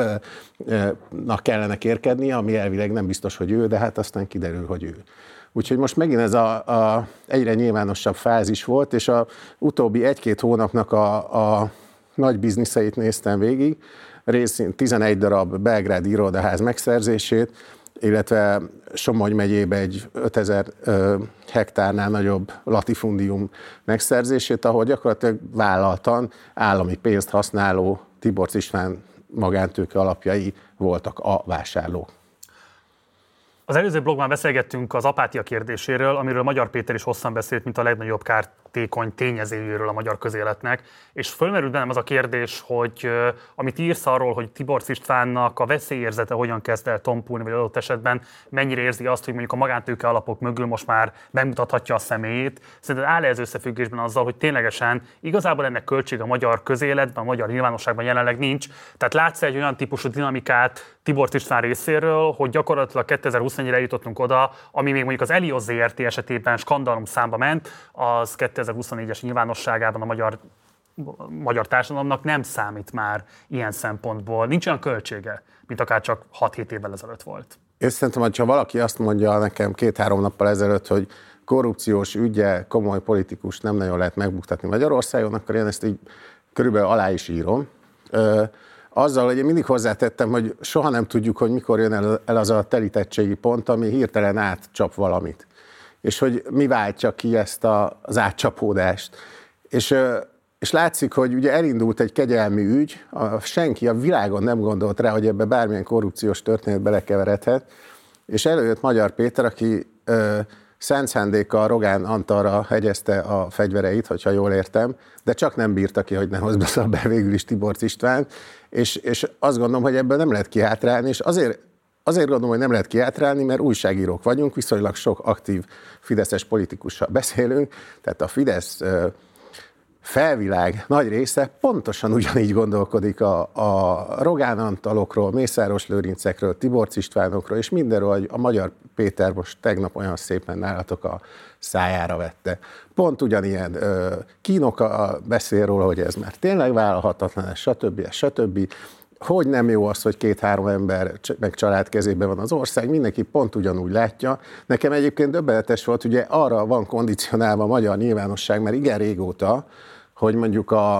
alapnak kellene kérkedni, ami elvileg nem biztos, hogy ő, de hát aztán kiderül, hogy ő. Úgyhogy most megint ez a, a egyre nyilvánosabb fázis volt, és a utóbbi egy-két hónapnak a, a nagy bizniszeit néztem végig, részint tizenegy darab belgrádi irodaház megszerzését, illetve Somogy megyébe egy ötezer hektárnál nagyobb latifundium megszerzését, ahol gyakorlatilag vállaltan állami pénzt használó Tiborcs István magántőke alapjai voltak a vásárlók. Az előző blogban beszélgettünk az apátia kérdéséről, amiről Magyar Péter is hosszan beszélt, mint a legnagyobb kártékony tényezőjéről a magyar közéletnek, és fölmerült bennem az a kérdés, hogy uh, amit írsz arról, hogy Tiborcs Istvánnak a veszélyérzete hogyan kezd el tompulni, vagy adott esetben mennyire érzi azt, hogy mondjuk a magántőke alapok mögül most már bemutathatja a személyét. Szerinted áll ez összefüggésben azzal, hogy ténylegesen igazából ennek költség a magyar közéletben, a magyar nyilvánosságban jelenleg nincs. Tehát látsz egy olyan típusú dinamikát Tiborcs István részéről, hogy gyakorlatilag kétezer-huszonegyre eljutottunk oda, ami még mondjuk az Elios zé er té esetében skandalum számba ment, az kétezer-huszonnégyes nyilvánosságában a magyar, magyar társadalomnak nem számít már ilyen szempontból. Nincs olyan költsége, mint akár csak hat-hét évvel ezelőtt volt. Én szerintem, hogy ha valaki azt mondja nekem két-három nappal ezelőtt, hogy korrupciós ügye, komoly politikus nem nagyon lehet megbuktatni Magyarországon, akkor én ezt így körülbelül alá is írom. Azzal, hogy én mindig hozzátettem, hogy soha nem tudjuk, hogy mikor jön el, el az a telítettségi pont, ami hirtelen átcsap valamit. És hogy mi váltja ki ezt a, az átcsapódást. És, és látszik, hogy ugye elindult egy kegyelmi ügy, a, senki a világon nem gondolt rá, hogy ebbe bármilyen korrupciós történet belekeveredhet, és előjött Magyar Péter, aki ö, szent szándékkal Rogán Antalra hegyezte a fegyvereit, hogyha jól értem, de csak nem bírta ki, hogy ne hozza be végül is Tiborcs István, és, és azt gondolom, hogy ebből nem lehet kihátrálni, és azért, azért gondolom, hogy nem lehet kihátrálni, mert újságírók vagyunk, viszonylag sok aktív fideszes politikussal beszélünk, tehát a Fidesz felvilág nagy része pontosan ugyanígy gondolkodik a, a Rogán Antalokról, Mészáros Lőrincekről, Tiborcs Istvánokról, és mindenről, hogy a Magyar Péter most tegnap olyan szépen nálatok a szájára vette. Pont ugyanilyen ö, kínokkal beszél róla, hogy ez már tényleg vállalhatatlan, ez stb. stb. Hogy nem jó az, hogy két-három ember meg család kezében van az ország, mindenki pont ugyanúgy látja. Nekem egyébként döbbenetes volt, ugye arra van kondicionálva a magyar nyilvánosság, mert igen régóta, hogy mondjuk a,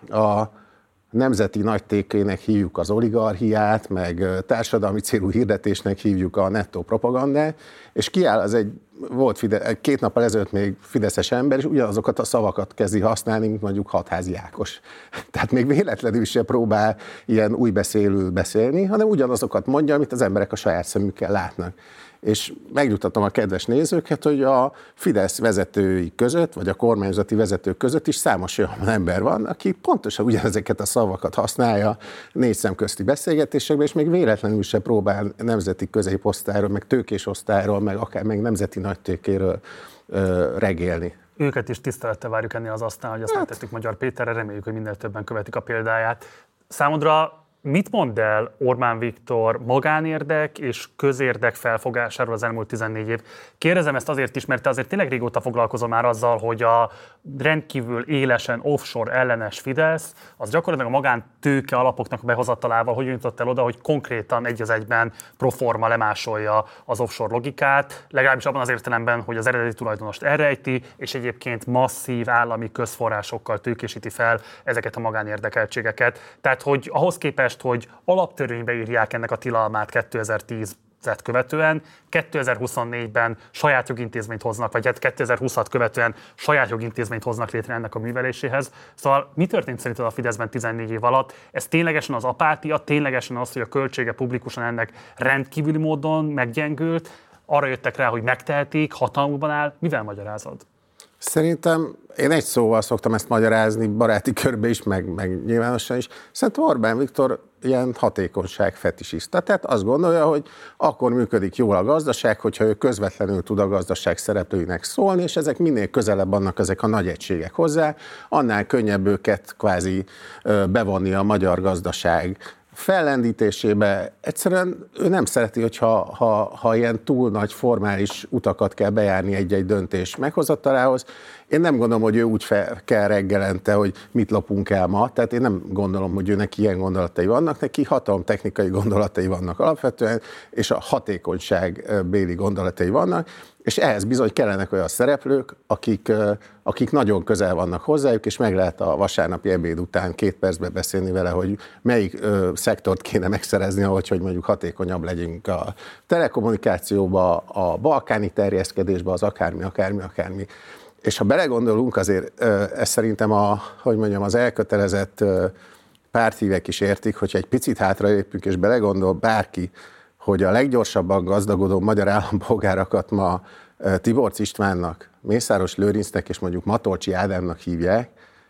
a nemzeti nagytékének hívjuk az oligarchiát, meg társadalmi célú hirdetésnek hívjuk a nettó propagandát, és kiáll az egy, volt Fide, két nappal ezelőtt még fideszes ember, és ugyanazokat a szavakat kezdi használni, mint mondjuk Hatházi Ákos. Tehát még véletlenül se próbál ilyen új beszélő beszélni, hanem ugyanazokat mondja, amit az emberek a saját szemükkel látnak. És megnyugtatom a kedves nézőket, hogy a Fidesz vezetői között, vagy a kormányzati vezetők között is számos olyan ember van, aki pontosan ugyanezeket a szavakat használja négy szemközti beszélgetésekben, és még véletlenül se próbál nemzeti középosztályról, meg tőkés osztályról, meg akár meg nemzeti nagytőkéről ö, regélni. Őket is tisztelettel várjuk ennél az asztalnál, hogy azt hát. megtettük Magyar Péterre, reméljük, hogy minél többen követik a példáját. Számodra mit mond el Orbán Viktor magánérdek és közérdek felfogásáról az elmúlt tizennégy év? Kérdezem ezt azért is, mert te azért tényleg régóta foglalkozol már azzal, hogy a rendkívül élesen offshore ellenes Fidesz, az gyakorlatilag a magántőke alapoknak behozatalával hogy jutott el oda, hogy konkrétan egy az egyben proforma lemásolja az offshore logikát, legalábbis abban az értelemben, hogy az eredeti tulajdonost elrejti, és egyébként masszív állami közforrásokkal tőkésíti fel ezeket a magánérdekeltségeket. Tehát, hogy ahhoz képest, hogy alaptörvénybe írják ennek a tilalmát kétezer-tízet követően, kétezer-huszonnégyben saját jogintézményt hoznak, vagy hát kétezer-húszat követően saját jogintézményt hoznak létre ennek a műveléséhez. Szóval mi történt szerinted a Fideszben tizennégy év alatt? Ez ténylegesen az apátia, ténylegesen az, hogy a költsége publikusan ennek rendkívüli módon meggyengült, arra jöttek rá, hogy megtehetik, hatalmukban áll, mivel magyarázod? Szerintem én egy szóval szoktam ezt magyarázni, baráti körbe is, meg, meg nyilvánosan is. Szerintem Orbán Viktor ilyen hatékonyság fetisista. Tehát azt gondolja, hogy akkor működik jól a gazdaság, hogyha ő közvetlenül tud a gazdaság szereplőinek szólni, és ezek minél közelebb vannak ezek a nagy egységek hozzá, annál könnyebb őket kvázi bevonni a magyar gazdaság fellendítésébe egyszerűen ő nem szereti, hogyha ha, ha ilyen túl nagy formális utakat kell bejárni egy-egy döntés meghozatalához. Én nem gondolom, hogy ő úgy fel kell reggelente, hogy mit lopunk el ma, tehát én nem gondolom, hogy őnek ilyen gondolatai vannak, neki hatalomtechnikai gondolatai vannak alapvetően, és a hatékonyság béli gondolatai vannak, és ehhez bizony kellenek olyan szereplők, akik, akik nagyon közel vannak hozzájuk, és meg lehet a vasárnapi ebéd után két percben beszélni vele, hogy melyik ö, szektort kéne megszerezni, ahogy hogy mondjuk hatékonyabb legyünk a telekommunikációba, a balkáni terjeszkedésbe, az akármi, akármi, akármi. És ha belegondolunk, azért ez szerintem a, hogy mondjam, az elkötelezett párthívek is értik, hogyha egy picit hátralépünk, és belegondol bárki, hogy a leggyorsabban gazdagodó magyar állampolgárakat ma Tiborcs Istvánnak, Mészáros Lőrincnek és mondjuk Matolcsy Ádámnak hívják,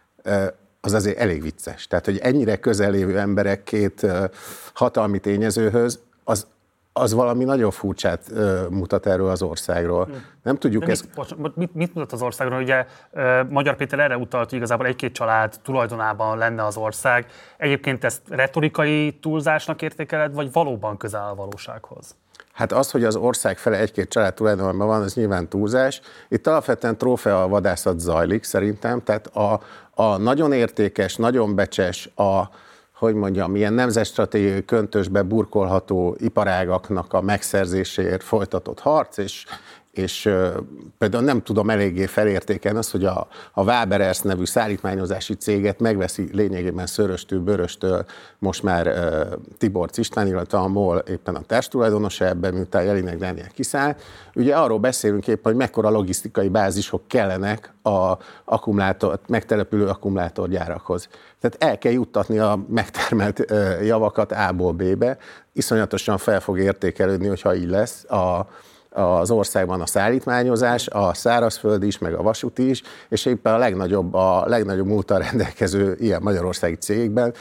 az azért elég vicces. Tehát, hogy ennyire közel lévő emberek két hatalmi tényezőhöz, az az valami nagyon furcsát uh, mutat erről az országról. Hmm. Nem tudjuk ezt... Mit, mit, mit mutat az országról? Ugye uh, Magyar Péter erre utalt, hogy igazából egy-két család tulajdonában lenne az ország. Egyébként ezt retorikai túlzásnak értékeled, vagy valóban közel a valósághoz? Hát az, hogy az ország fele egy-két család tulajdonában van, az nyilván túlzás. Itt alapvetően trófea vadászat zajlik szerintem, tehát a, a nagyon értékes, nagyon becses, a hogy mondjam, ilyen nemzetstratégiai köntösbe burkolható iparágaknak a megszerzéséért folytatott harc, és, és uh, például nem tudom eléggé felértékelni azt, hogy a, a Waberers nevű szállítmányozási céget megveszi lényegében Szöröstől, Böröstől most már uh, Tiborcs István, illetve a MOL éppen a társtulajdonosa ebben, miután Jelinek Dániel kiszáll. Ugye arról beszélünk éppen, hogy mekkora logisztikai bázisok kellenek a akkumulátor, megtelepülő akkumulátorgyárakhoz. Tehát el kell juttatni a megtermelt uh, javakat A-ból B-be, iszonyatosan fel fog értékelődni, hogyha így lesz a az országban a szállítmányozás, a szárazföld is, meg a vasúti is, és éppen a legnagyobb, a legnagyobb múlttal rendelkező ilyen magyarországi cégekben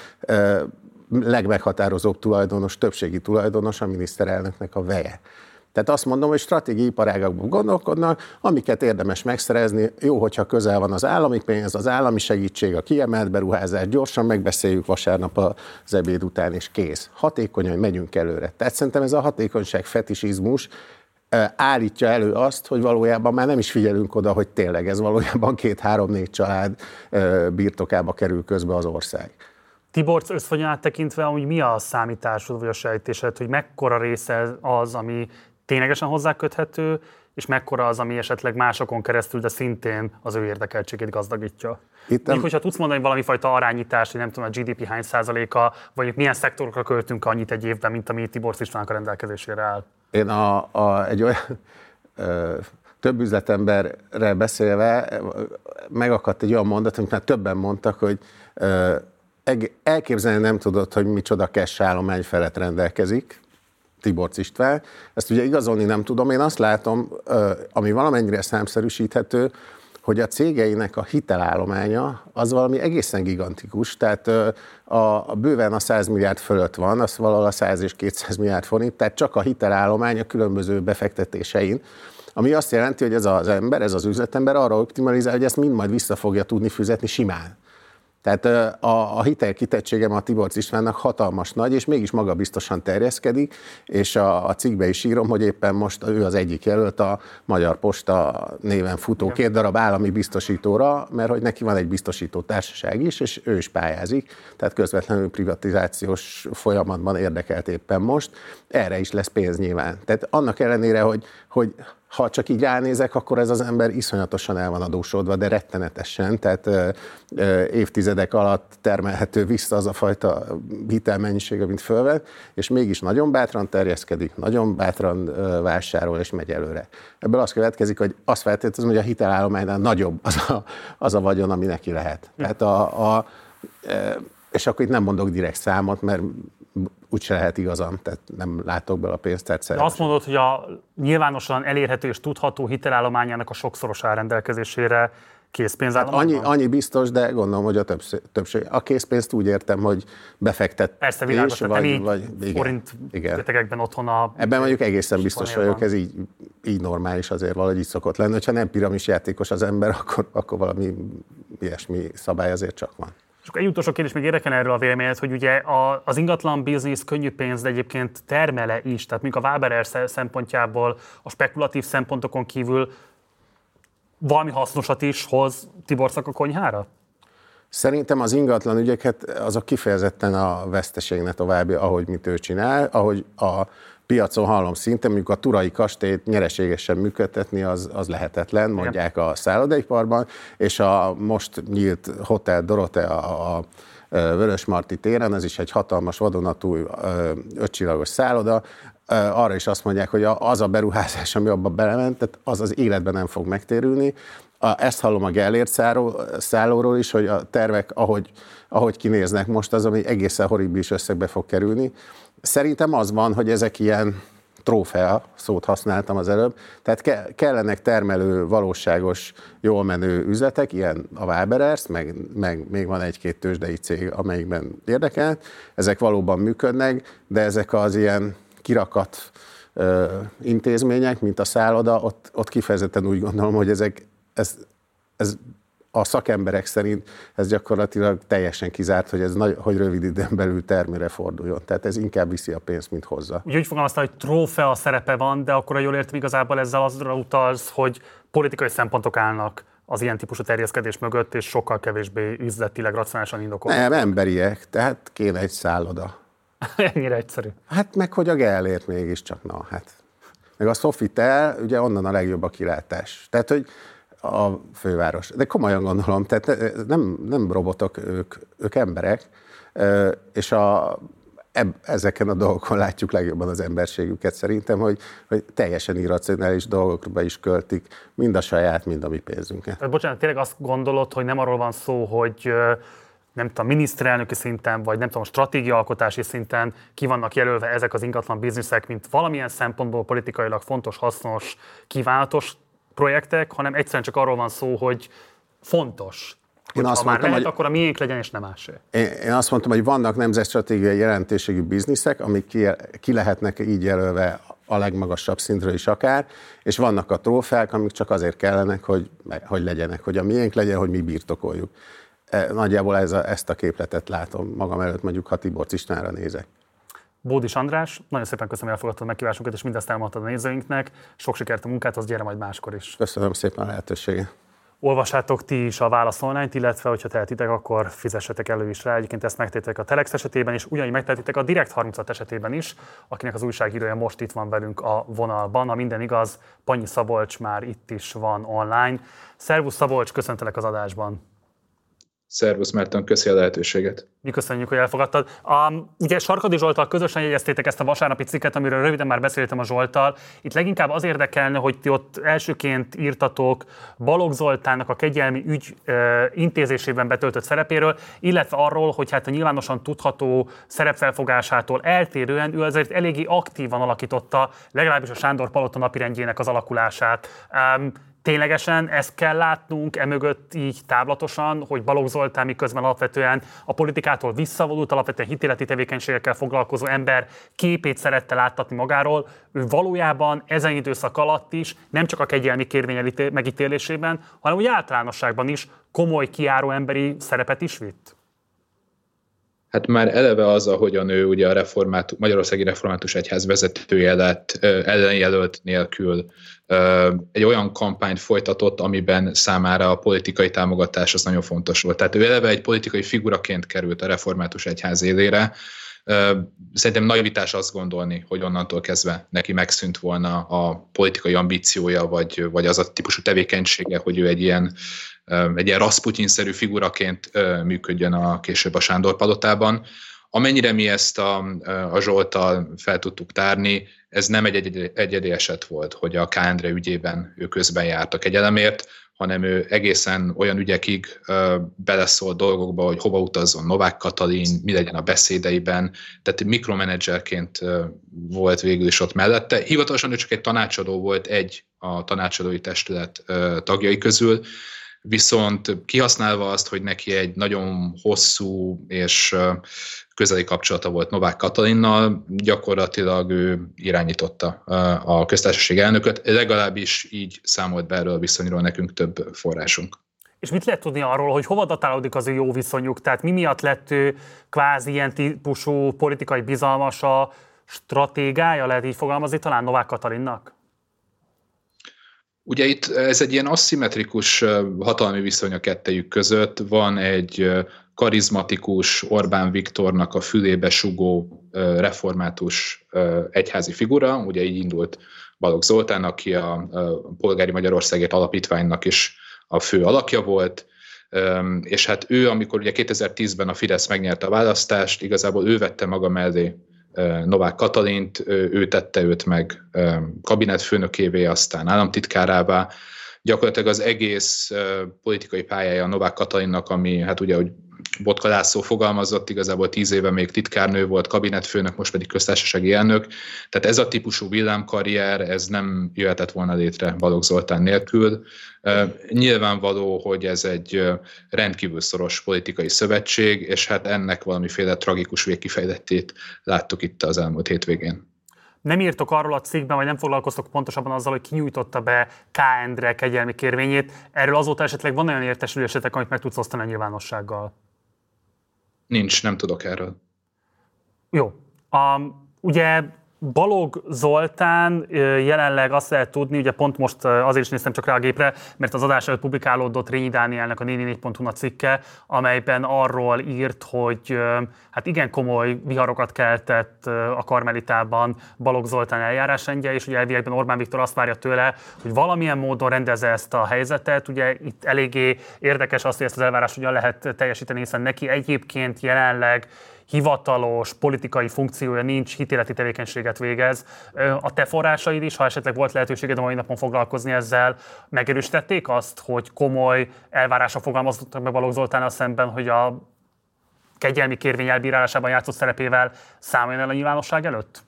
legmeghatározóbb tulajdonos, többségi tulajdonos a miniszterelnöknek a veje. Tehát azt mondom, hogy stratégiai iparágakban gondolkodnak, amiket érdemes megszerezni, jó, hogyha közel van az állami pénz, az állami segítség, a kiemelt beruházás, gyorsan megbeszéljük vasárnap az ebéd után, és kész. Hatékonyan megyünk előre. Tehát szerintem ez a hatékonyság fetisizmus állítja elő azt, hogy valójában már nem is figyelünk oda, hogy tényleg ez valójában két-három-négy család birtokába kerül közbe az ország. Tiborcs összvonyánát tekintve, hogy mi a számításod vagy a sejtésed, hogy mekkora része az, ami ténylegesen hozzáköthető, és mekkora az, ami esetleg másokon keresztül, de szintén az ő érdekeltségét gazdagítja. Itt nem... Még hogyha tudsz mondani valami fajta arányítást, hogy nem tudom, a gé dé pé hány százaléka, vagy milyen szektorokra költünk annyit egy évben, mint ami Tiborcs Istvánnak a rendelkezésére áll. Én a, a, egy olyan ö, több üzletemberrel beszélve megakadt egy olyan mondat, amit már többen mondtak, hogy ö, elképzelni nem tudod, hogy micsoda cash állomány felett rendelkezik Tiborcs István. Ezt ugye igazolni nem tudom. Én azt látom, ö, ami valamennyire számszerűsíthető, hogy a cégeinek a hitelállománya az valami egészen gigantikus, tehát a, a bőven a száz milliárd fölött van, az valahol a száz és kétszáz milliárd forint, tehát csak a hitelállomány a különböző befektetésein, ami azt jelenti, hogy ez az ember, ez az üzletember arra optimalizál, hogy ezt mind majd vissza fogja tudni fizetni simán. Tehát a, a hitelkitettségem a Tiborcs Istvánnak hatalmas nagy, és mégis magabiztosan terjeszkedik, és a, a cikkbe is írom, hogy éppen most ő az egyik jelölt a Magyar Posta néven futó két darab állami biztosítóra, mert hogy neki van egy biztosító társaság is, és ő is pályázik, tehát közvetlenül privatizációs folyamatban érdekelt éppen most. Erre is lesz pénz nyilván. Tehát annak ellenére, hogy, hogy ha csak így ránézek, akkor ez az ember iszonyatosan el van adósodva, de rettenetesen, tehát ö, ö, évtizedek alatt termelhető vissza az a fajta hitelmennyisége, mint fölvett, és mégis nagyon bátran terjeszkedik, nagyon bátran ö, vásárol és megy előre. Ebből az következik, hogy azt feltételezem, hogy a hitelállománynál nagyobb az a, az a vagyon, ami neki lehet. Tehát a, a, és akkor itt nem mondok direkt számot, mert úgyse lehet igazam, tehát nem látok bele a pénztárt szerint. Azt mondod, hogy a nyilvánosan elérhető és tudható hitelállományának a sokszoros áll rendelkezésére készpénzállományban? Hát annyi, annyi biztos, de gondolom, hogy a többség. többség. A készpénzt úgy értem, hogy befektet. Persze, világos, vagy, így vagy, igen, forint rétegekben otthon a... Ebben mondjuk egészen biztos vagyok, ez így, így normális azért valahogy így szokott lenni. Ha nem piramisjátékos az ember, akkor, akkor valami ilyesmi szabály azért csak van. És akkor egy utolsó kérdés még érdekel erről a véleményet, hogy ugye a, az ingatlan biznisz könnyű pénz, de egyébként termele is, tehát mondjuk a Waberers szempontjából a spekulatív szempontokon kívül valami hasznosat is hoz Tiborczak a konyhára? Szerintem az ingatlan ügyeket azok kifejezetten a veszteségnek további, ahogy mit ő csinál, ahogy a piacon hallom szinten, mondjuk a Turai kastélyt nyereségesen működtetni, az, az lehetetlen, mondják a szállodaiparban, és a most nyílt Hotel Dorothea a, a Vörösmarty téren, ez is egy hatalmas vadonatúj ötcsillagos szálloda, arra is azt mondják, hogy az a beruházás, ami abba belement, tehát az az életben nem fog megtérülni. Ezt hallom a Gellért szállóról is, hogy a tervek, ahogy, ahogy kinéznek most, az, ami egészen horribilis összegbe fog kerülni. Szerintem az van, hogy ezek ilyen trófea, szót használtam az előbb, tehát ke- kellenek termelő, valóságos, jól menő üzletek, ilyen a Waberers, meg, meg még van egy-két tőzsdei cég, amelyikben érdekelt, ezek valóban működnek, de ezek az ilyen kirakat ö, intézmények, mint a szálloda, ott, ott kifejezetten úgy gondolom, hogy ezek, ez, ez a szakemberek szerint ez gyakorlatilag teljesen kizárt, hogy ez nagy, hogy rövid időn belül termére forduljon. Tehát ez inkább viszi a pénzt, mint hozza. Úgy fogalmazta, hogy trófea szerepe van, de akkor jól értem, igazából ezzel azra utalsz, hogy politikai szempontok állnak az ilyen típusú terjeszkedés mögött, és sokkal kevésbé üzletileg, racionálisan indokolt. Nem, emberiek, tehát kéne egy szálloda. Ennyire egyszerű. Hát meg hogy a Gellért mégiscsak, na hát. Meg a Sofitel, ugye onnan a legjobb a kilátás. Tehát, hogy a főváros. De komolyan gondolom, tehát nem, nem robotok, ők, ők emberek, és a, eb, ezeken a dolgokon látjuk legjobban az emberségüket szerintem, hogy, hogy teljesen irracionális dolgokba is költik, mind a saját, mind a mi pénzünket. Tehát bocsánat, tényleg azt gondolod, hogy nem arról van szó, hogy nem tudom, miniszterelnöki szinten, vagy nem tudom, stratégiaalkotási szinten ki vannak jelölve ezek az ingatlan bizniszek, mint valamilyen szempontból politikailag fontos, hasznos, kívánatos projektek, hanem egyszerűen csak arról van szó, hogy fontos. Hogy ha már lehet, hogy akkor a miénk legyen, és nem másé. Én, én azt mondtam, hogy vannak nemzetstratégiai jelentőségű bizniszek, amik ki, ki lehetnek így jelölve a legmagasabb szintről is akár, és vannak a trófeák, amik csak azért kellenek, hogy, hogy legyenek, hogy a miénk legyen, hogy mi birtokoljuk. Nagyjából ez a, ezt a képletet látom magam előtt, mondjuk, ha Tiborcz Istvánra nézek. Bódis András, nagyon szépen köszönöm, hogy elfogadtad a meghívásunkat, és mindezt elmondtad a nézőinknek. Sok sikert a munkát, gyere majd máskor is. Köszönöm szépen a lehetőséget. Olvassátok ti is a Válasz Online-t, illetve hogyha tehetitek, akkor fizessetek elő is rá. Egyébként ezt megtettek a Telex esetében, és ugyanígy megtehetitek a Direkt harminchat esetében is, akinek az újságírója most itt van velünk a vonalban. Ha minden igaz, Panyi Szabolcs már itt is van online. Szervusz Szabolcs, köszöntelek az adásban. Szervusz Márton, köszi a lehetőséget. Mi köszönjük, hogy elfogadtad. Um, ugye Sarkadi Zsolttal közösen jegyeztétek ezt a vasárnapi cikket, amiről röviden már beszéltem a Zsolttal. Itt leginkább az érdekelne, hogy ti ott elsőként írtatok Balogh Zoltánnak a kegyelmi ügy uh, intézésében betöltött szerepéről, illetve arról, hogy hát a nyilvánosan tudható szerepfelfogásától eltérően ő azért eléggé aktívan alakította legalábbis a Sándor Palota napirendjének az alakulását. Um, Ténylegesen ezt kell látnunk emögött így táblatosan, hogy Balogh Zoltán miközben alapvetően a politikától visszavonult, alapvetően hitéleti tevékenységekkel foglalkozó ember képét szerette láttatni magáról, ő valójában ezen időszak alatt is nem csak a kegyelmi kérvény megítélésében, hanem úgy általánosságban is komoly kiáró emberi szerepet is vitt? Hát már eleve az, ahogyan ő ugye a református, Magyarországi Református Egyház vezetője lett ellenjelölt nélkül egy olyan kampányt folytatott, amiben számára a politikai támogatás az nagyon fontos volt. Tehát ő eleve egy politikai figuraként került a Református Egyház élére. Szerintem naivitás azt gondolni, hogy onnantól kezdve neki megszűnt volna a politikai ambíciója, vagy, vagy az a típusú tevékenysége, hogy ő egy ilyen, egy ilyen Rasputin-szerű figuraként működjön a, később a Sándor Palotában. Amennyire mi ezt a, a Zsolttal fel tudtuk tárni, ez nem egy egyedi, egyedi eset volt, hogy a K. Endre ügyében ő közben járt a kegyelemért, hanem ő egészen olyan ügyekig ö, beleszólt dolgokba, hogy hova utazzon Novák Katalin, mi legyen a beszédeiben, tehát mikromenedzserként ö, volt végül is ott mellette. Hivatalosan ő csak egy tanácsadó volt, egy a tanácsadói testület ö, tagjai közül, viszont kihasználva azt, hogy neki egy nagyon hosszú és közeli kapcsolata volt Novák Katalinnal, gyakorlatilag ő irányította a köztársaság elnököt, legalábbis így számolt be erről a viszonyról nekünk több forrásunk. És mit lehet tudni arról, hogy hova datálódik az ő jó viszonyuk? Tehát mi miatt lett ő kvázi ilyen típusú politikai bizalmasa, stratégája, lehet így fogalmazni talán Novák Katalinnak? Ugye itt ez egy ilyen aszimmetrikus hatalmi viszony a kettejük között. Van egy karizmatikus Orbán Viktornak a fülébe sugó református egyházi figura, ugye így indult Balogh Zoltán, aki a Polgári Magyarországért Alapítványnak is a fő alakja volt, és hát ő, amikor ugye kétezer-tízben a Fidesz megnyerte a választást, igazából ő vette maga mellé Novák Katalint, ő tette őt meg kabinetfőnökévé, aztán államtitkárává. Gyakorlatilag az egész politikai pályája Novák Katalinnak, ami hát ugye, hogy Botka László fogalmazott, igazából tíz éve még titkárnő volt, kabinetfőnök, most pedig köztársasági elnök. Tehát ez a típusú villámkarrier, ez nem jöhetett volna létre Balogh Zoltán nélkül. Nyilvánvaló, hogy ez egy rendkívül szoros politikai szövetség, és hát ennek valamiféle tragikus végkifejlettét láttuk itt az elmúlt hétvégén. Nem írtok arról a cikkben, vagy nem foglalkoztok pontosabban azzal, hogy ki nyújtotta be K. Endre kegyelmi kérvényét. Erről azóta esetleg van olyan értesülésetek, amit meg tudsz osztani a nyilvánossággal? Nincs, nem tudok erről. Jó. Um, ugye Balogh Zoltán jelenleg azt lehet tudni, ugye pont most azért is néztem csak rá a gépre, mert az adás előtt publikálódott Rényi Dánielnek a négy négy pont hu cikke, amelyben arról írt, hogy hát igen komoly viharokat keltett a Karmelitában Balogh Zoltán eljárásrendje, és ugye elviekben Orbán Viktor azt várja tőle, hogy valamilyen módon rendezze ezt a helyzetet. Ugye itt eléggé érdekes az, hogy ezt az elvárást ugyan lehet teljesíteni, hiszen neki egyébként jelenleg hivatalos politikai funkciója nincs, hitéleti tevékenységet végez. A te forrásaid is, ha esetleg volt lehetőséged a mai napon foglalkozni ezzel, megerősítették azt, hogy komoly elvárásra fogalmazottak meg Balogh Zoltánnal szemben, hogy a kegyelmi kérvény elbírálásában játszott szerepével számoljon el a nyilvánosság előtt?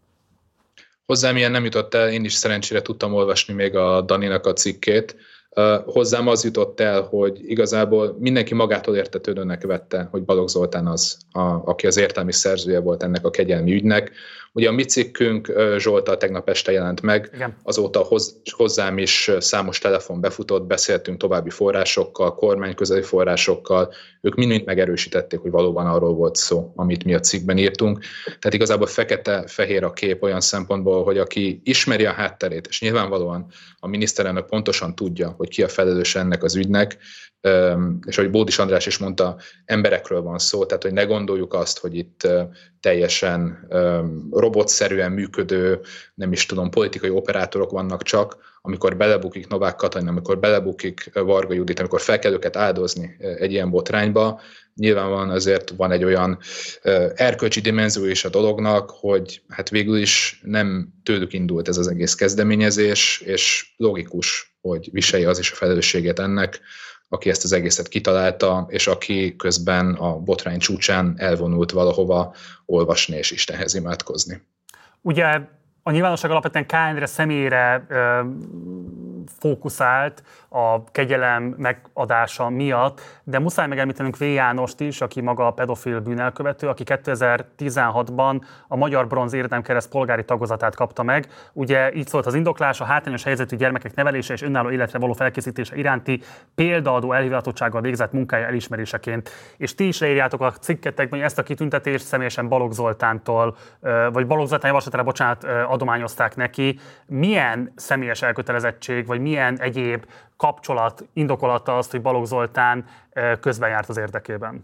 Hozzám ilyen nem jutott el, én is szerencsére tudtam olvasni még a Daninak a cikkét. Uh, hozzám az jutott el, hogy igazából mindenki magától értetődőnek vette, hogy Balogh Zoltán az, a, aki az értelmi szerzője volt ennek a kegyelmi ügynek. Ugye a mi cikkünk uh, Zsolttal tegnap este jelent meg, igen. Azóta hoz, hozzám is számos telefon befutott, beszéltünk további forrásokkal, kormányközeli forrásokkal, ők mind megerősítették, hogy valóban arról volt szó, amit mi a cikkben írtunk. Tehát igazából fekete-fehér a kép olyan szempontból, hogy aki ismeri a hátterét, és nyilvánvalóan a miniszterelnök pontosan tudja, hogy ki a felelős ennek az ügynek, és ahogy Bódis András is mondta, emberekről van szó, tehát hogy ne gondoljuk azt, hogy itt teljesen robotszerűen működő, nem is tudom, politikai operátorok vannak csak, amikor belebukik Novák Katalin, amikor belebukik Varga Judit, amikor fel kell őket áldozni egy ilyen botrányba, nyilvánvalóan azért van egy olyan erkölcsi dimenzió is a dolognak, hogy hát végül is nem tőlük indult ez az egész kezdeményezés, és logikus, hogy viselje az is a felelősséget ennek, aki ezt az egészet kitalálta, és aki közben a botrány csúcsán elvonult valahova olvasni és Istenhez imádkozni. Ugye a nyilvánosság alapvetően K. Endre személyére ö, fókuszált a kegyelem megadása miatt, de muszáj megemlítenünk V. Jánost is, aki maga a pedofil bűnelkövető, aki kétezer-tizenhatban a Magyar Bronz Érdemkereszt polgári tagozatát kapta meg. Ugye így szólt az indoklás, a hátrányos helyzetű gyermekek nevelése és önálló életre való felkészítése iránti példaadó elhivatottsággal végzett munkája elismeréseként. És ti is leírjátok a cikketekben, hogy ezt a kitüntetést személyesen Balogh Zoltántól, vagy Balogh Zoltán javaslatára, bocsánat, adományozták neki. Milyen személyes elkötelezettség, vagy milyen egyéb kapcsolat indokolatta azt, hogy Balogh Zoltán közben járt az érdekében?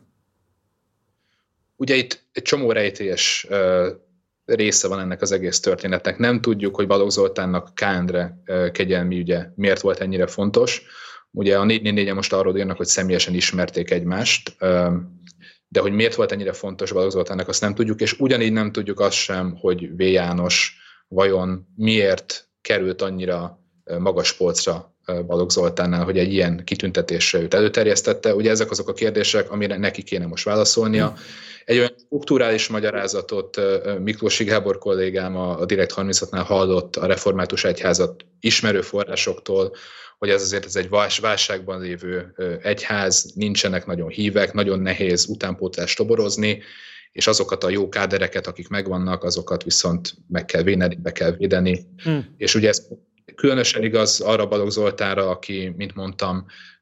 Ugye itt egy csomó rejtélyes része van ennek az egész történetnek. Nem tudjuk, hogy Balogh Zoltánnak K. Endre kegyelmi ügye miért volt ennyire fontos. Ugye a négy négy négyen most arról írnak, hogy személyesen ismerték egymást, de hogy miért volt ennyire fontos Balogh Zoltánnak, azt nem tudjuk, és ugyanígy nem tudjuk azt sem, hogy V. János vajon miért került annyira magas polcra Balogh Zoltánnál, hogy egy ilyen kitüntetésre őt előterjesztette. Ugye ezek azok a kérdések, amire neki kéne most válaszolnia. Egy olyan strukturális magyarázatot Miklósi Gábor kollégám a Direkt harminchatnál hallott a református egyházat ismerő forrásoktól, hogy ez azért ez egy válságban lévő egyház, nincsenek nagyon hívek, nagyon nehéz utánpótlást toborozni, és azokat a jó kádereket, akik megvannak, azokat viszont meg kell védeni, be kell védeni. Hmm. És ugye ez különösen igaz arra Balogh Zoltánra, aki, mint mondtam,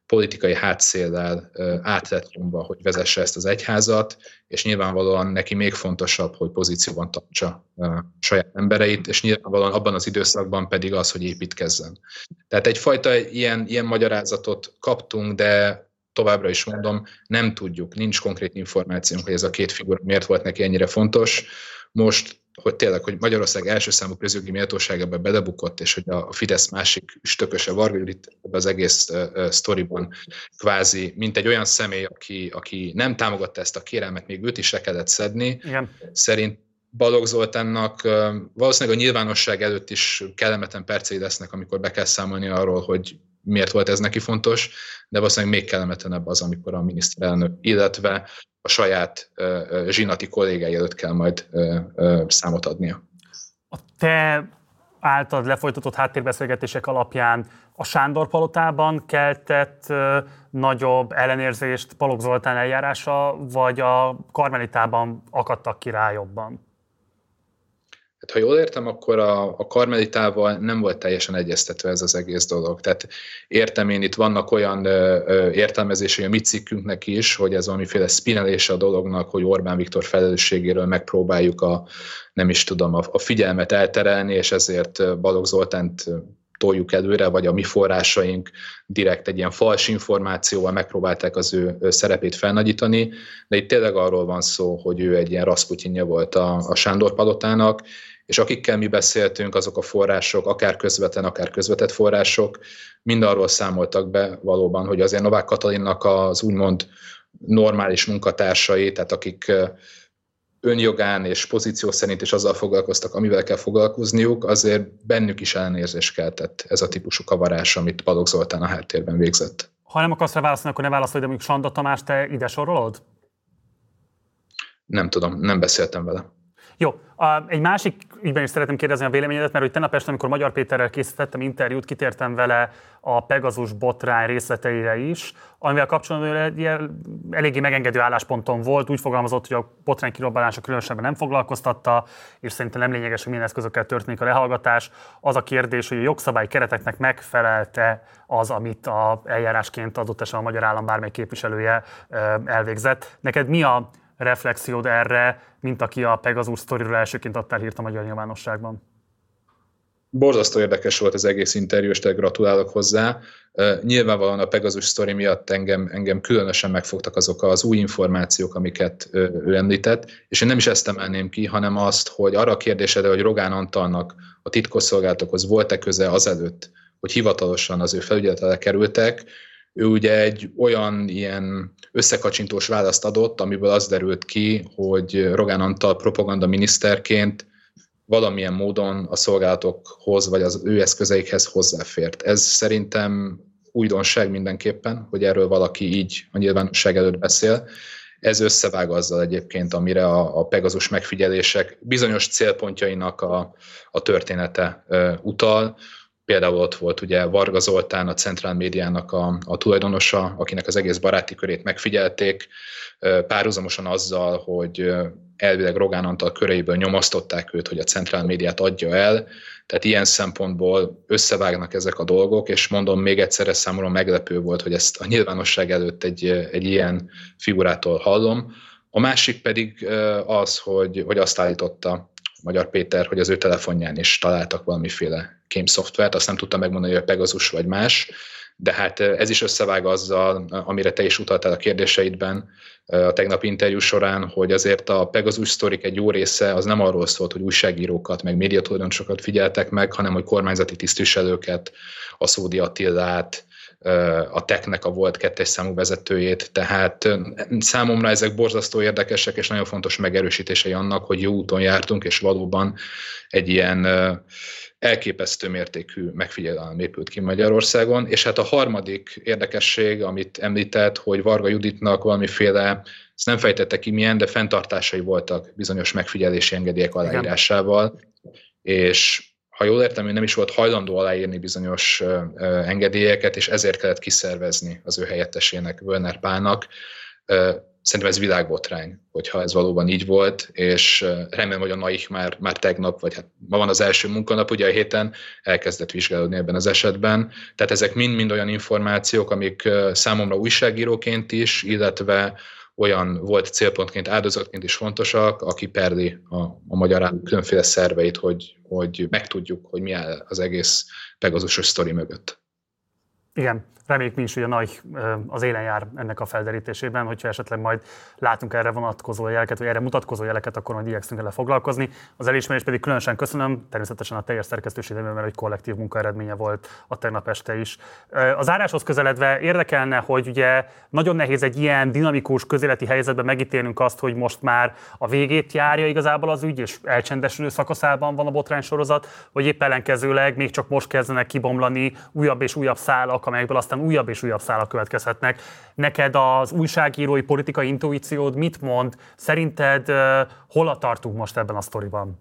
politikai hátszéllel át lett nyomva, hogy vezesse ezt az egyházat, és nyilvánvalóan neki még fontosabb, hogy pozícióban tartsa a saját embereit, és nyilvánvalóan abban az időszakban pedig az, hogy építkezzen. Tehát egyfajta ilyen, ilyen magyarázatot kaptunk, de továbbra is mondom, nem tudjuk, nincs konkrét információnk, hogy ez a két figura miért volt neki ennyire fontos. Most, hogy tényleg, hogy Magyarország első számú közjogi méltóságába belebukott, és hogy a Fidesz másik üstököse Varga Judit ebben az egész uh, sztoriban kvázi, mint egy olyan személy, aki, aki nem támogatta ezt a kérelmet, még őt is se kellett szedni. Igen. Szerint Balogh Zoltánnak uh, valószínűleg a nyilvánosság előtt is kellemetlen percei lesznek, amikor be kell számolni arról, hogy miért volt ez neki fontos, de valószínűleg még kellemetlenebb az, amikor a miniszterelnök, illetve a saját uh, zsinati kollégái előtt kell majd uh, uh, számot adnia. A te általad lefolytatott háttérbeszélgetések alapján a Sándor-palotában keltett uh, nagyobb ellenérzést Balogh Zoltán eljárása, vagy a Karmelitában akadtak ki rá jobban? Hát, ha jól értem, akkor a, a Karmelitával nem volt teljesen egyeztetve ez az egész dolog. Tehát értem én, itt vannak olyan ö, ö, értelmezései a mi cikkünknek is, hogy ez valamiféle spinnelése a dolognak, hogy Orbán Viktor felelősségéről megpróbáljuk a, nem is tudom, a, a figyelmet elterelni, és ezért Balogh Zoltánt toljuk előre, vagy a mi forrásaink direkt egy ilyen fals információval megpróbálták az ő szerepét felnagyítani, de itt tényleg arról van szó, hogy ő egy ilyen Rasputinja volt a, a Sándor-palotának, és akikkel mi beszéltünk, azok a források, akár közvetlen, akár közvetett források, mind arról számoltak be valóban, hogy azért Novák Katalinnak az úgymond normális munkatársai, tehát akik önjogán és pozíció szerint is azzal foglalkoztak, amivel kell foglalkozniuk, azért bennük is ellenérzés keltett ez a típusú kavarás, amit Balogh Zoltán a háttérben végzett. Ha nem akarsz rá válaszolni, akkor ne válaszolj, de mondjuk Sanda Tamás, te ide sorolod? Nem tudom, nem beszéltem vele. Jó, egy másik ügyben is szeretném kérdezni a véleményedet, mert hogy tegnap este, amikor Magyar Péterrel készítettem interjút, kitértem vele a Pegasus botrány részleteire is, amivel kapcsolatban egy eléggé megengedő állásponton volt, úgy fogalmazott, hogy a botrány kirobbanása különösebben nem foglalkoztatta, és szerintem nem lényeges, hogy milyen eszközökkel történik a lehallgatás. Az a kérdés, hogy a jogszabályi kereteknek megfelelte az, amit a eljárásként adott esetben a magyar állam bármely képviselője elvégzett. Neked mi a reflexiód erre, mint aki a Pegasus sztoriról elsőként adtál hírt a magyar nyilvánosságban? Borzasztó érdekes volt az egész interjú, és gratulálok hozzá. Uh, nyilvánvalóan a Pegasus sztori miatt engem, engem különösen megfogtak azok az új információk, amiket uh, ő említett, és én nem is ezt emelném ki, hanem azt, hogy arra a kérdésedre, hogy Rogán Antalnak a titkosszolgálatokhoz volt-e köze azelőtt, hogy hivatalosan az ő felügyelete alá kerültek, ő ugye egy olyan ilyen összekacsintós választ adott, amiből az derült ki, hogy Rogán Antal propaganda miniszterként valamilyen módon a szolgálatokhoz, vagy az ő eszközeikhez hozzáfért. Ez szerintem újdonság mindenképpen, hogy erről valaki így a nyilvánosság előtt beszél. Ez összevág azzal egyébként, amire a, a Pegasus megfigyelések bizonyos célpontjainak a, a története uh, utal. Például ott volt ugye Varga Zoltán, a Centrál Médiának a, a tulajdonosa, akinek az egész baráti körét megfigyelték, párhuzamosan azzal, hogy elvileg Rogán Antal köreiből nyomasztották őt, hogy a Centrál Médiát adja el. Tehát ilyen szempontból összevágnak ezek a dolgok, és mondom még egyszer, ez számomra meglepő volt, hogy ezt a nyilvánosság előtt egy, egy ilyen figurától hallom. A másik pedig az, hogy, hogy azt állította Magyar Péter, hogy az ő telefonján is találtak valamiféle kémszoftvert, azt nem tudta megmondani, hogy a Pegasus vagy más, de hát ez is összevág azzal, amire te is utaltál a kérdéseidben a tegnapi interjú során, hogy azért a Pegasus sztorik egy jó része az nem arról szólt, hogy újságírókat, meg médiatulajdonosokat figyeltek meg, hanem hogy kormányzati tisztviselőket, a Szódi Attilát, a Teknek a volt kettes számú vezetőjét, tehát számomra ezek borzasztó érdekesek, és nagyon fontos megerősítései annak, hogy jó úton jártunk, és valóban egy ilyen elképesztő mértékű megfigyelelem épült ki Magyarországon. És hát a harmadik érdekesség, amit említett, hogy Varga Juditnak valamiféle, ezt nem fejtette ki milyen, de fenntartásai voltak bizonyos megfigyelési engedélyek aláírásával, és ha jól értem, ő nem is volt hajlandó aláírni bizonyos engedélyeket, és ezért kellett kiszervezni az ő helyettesének, Völner Pálnak szerintem ez világbotrány, hogyha ez valóban így volt, és remélem, hogy a NAIK már, már tegnap, vagy hát ma van az első munkanap, ugye a héten elkezdett vizsgálódni ebben az esetben. Tehát ezek mind-mind olyan információk, amik számomra újságíróként is, illetve olyan volt célpontként, áldozatként is fontosak, aki perli a, a magyar állam különféle szerveit, hogy, hogy megtudjuk, hogy mi áll az egész Pegazusos sztori mögött. Igen, reméljük mi is, hogy a NAIK az élen jár ennek a felderítésében, hogyha esetleg majd látunk erre vonatkozó jeleket, vagy erre mutatkozó jeleket, akkor majd igyekszünk vele foglalkozni. Az elismerést pedig különösen köszönöm, természetesen a teljes szerkesztőség nevében, mert egy kollektív munka eredménye volt a tegnap este is. A záráshoz közeledve érdekelne, hogy ugye nagyon nehéz egy ilyen dinamikus közéleti helyzetben megítélnünk azt, hogy most már a végét járja igazából az ügy, és elcsendesülő szakaszában van a botránysorozat, vagy épp ellenkezőleg még csak most kezdenek kibomlani újabb és újabb szálak, amelyekből aztán újabb és újabb szálak következhetnek. Neked az újságírói politikai intuíciód mit mond? Szerinted uh, hol tartunk most ebben a sztoriban?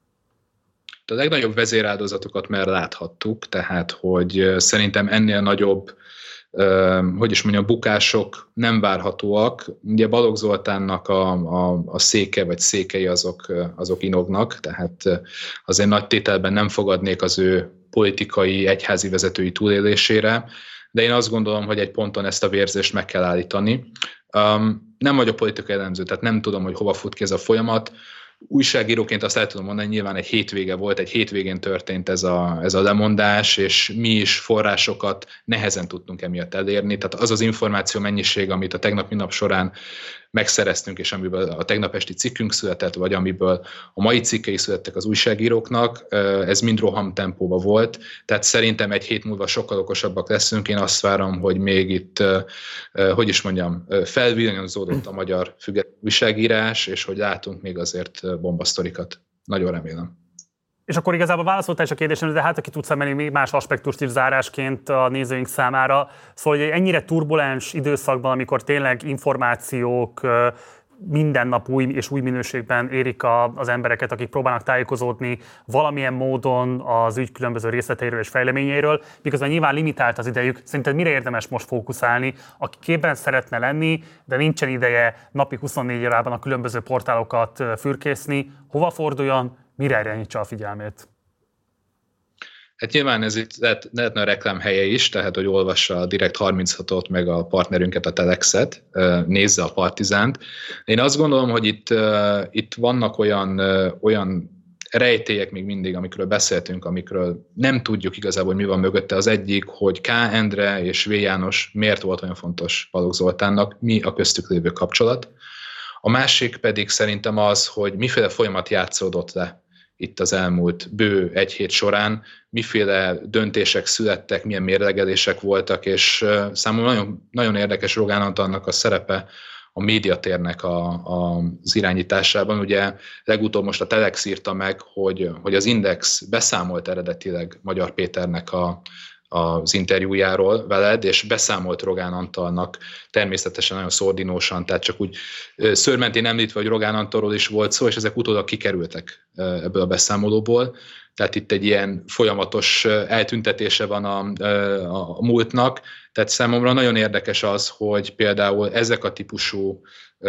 A legnagyobb vezéráldozatokat már láthattuk, tehát hogy szerintem ennél nagyobb, uh, hogy is mondjam, bukások nem várhatóak. Ugye Balogh Zoltánnak a, a, a széke vagy székei azok, azok inognak, tehát azért nagy tételben nem fogadnék az ő politikai, egyházi vezetői túlélésére, de én azt gondolom, hogy egy ponton ezt a vérzést meg kell állítani. Um, nem vagyok politikai elemző, tehát nem tudom, hogy hova fut ki ez a folyamat. Újságíróként azt el tudom mondani, nyilván egy hétvége volt, egy hétvégén történt ez a, ez a lemondás, és mi is forrásokat nehezen tudtunk emiatt elérni. Tehát az az információ mennyiség, amit a tegnapi nap során megszereztünk, és amiből a tegnap esti cikkünk született, vagy amiből a mai cikkei születtek az újságíróknak, ez mind roham tempóban volt, tehát szerintem egy hét múlva sokkal okosabbak leszünk. Én azt várom, hogy még itt, hogy is mondjam, felvillanyozódott a magyar független újságírás, és hogy látunk még azért bombasztorikat. Nagyon remélem. És akkor igazából válaszoltál is a kérdésemre, de hát aki tudsz emelni még más aspektust is zárásként a nézőink számára. Szóval hogy ennyire turbulens időszakban, amikor tényleg információk minden nap új és új minőségben érik a, az embereket, akik próbálnak tájékozódni valamilyen módon az ügy különböző részleteiről és fejleményeiről, miközben nyilván limitált az idejük. Szerinted mire érdemes most fókuszálni, aki képben szeretne lenni, de nincsen ideje napi huszonnégy órában a különböző portálokat fürkészni, hova forduljon, mire irányítsa a figyelmét? Hát nyilván ez itt lehet, lehetne a reklám helye is, tehát hogy olvassa a Direkt harminchatot, meg a partnerünket, a Telexet, nézze a Partizánt. Én azt gondolom, hogy itt, itt vannak olyan, olyan rejtélyek még mindig, amikről beszéltünk, amikről nem tudjuk igazából, hogy mi van mögötte. Az egyik, hogy K. Endre és V. János miért volt olyan fontos Balogh Zoltánnak, mi a köztük lévő kapcsolat. A másik pedig szerintem az, hogy miféle folyamat játszódott le itt az elmúlt bő egy hét során, miféle döntések születtek, milyen mérlegelések voltak, és számomra nagyon, nagyon érdekes Rogán Antalnak a szerepe a médiatérnek a, a, az irányításában. Ugye legutóbb most a Telex írta meg, hogy, hogy az Index beszámolt eredetileg Magyar Péternek a az interjújáról veled, és beszámolt Rogán Antalnak természetesen nagyon szordinósan, tehát csak úgy szőrmentén említve, hogy Rogán Antalról is volt szó, és ezek utólag kikerültek ebből a beszámolóból. Tehát itt egy ilyen folyamatos eltüntetése van a, a, a múltnak. Tehát számomra nagyon érdekes az, hogy például ezek a típusú,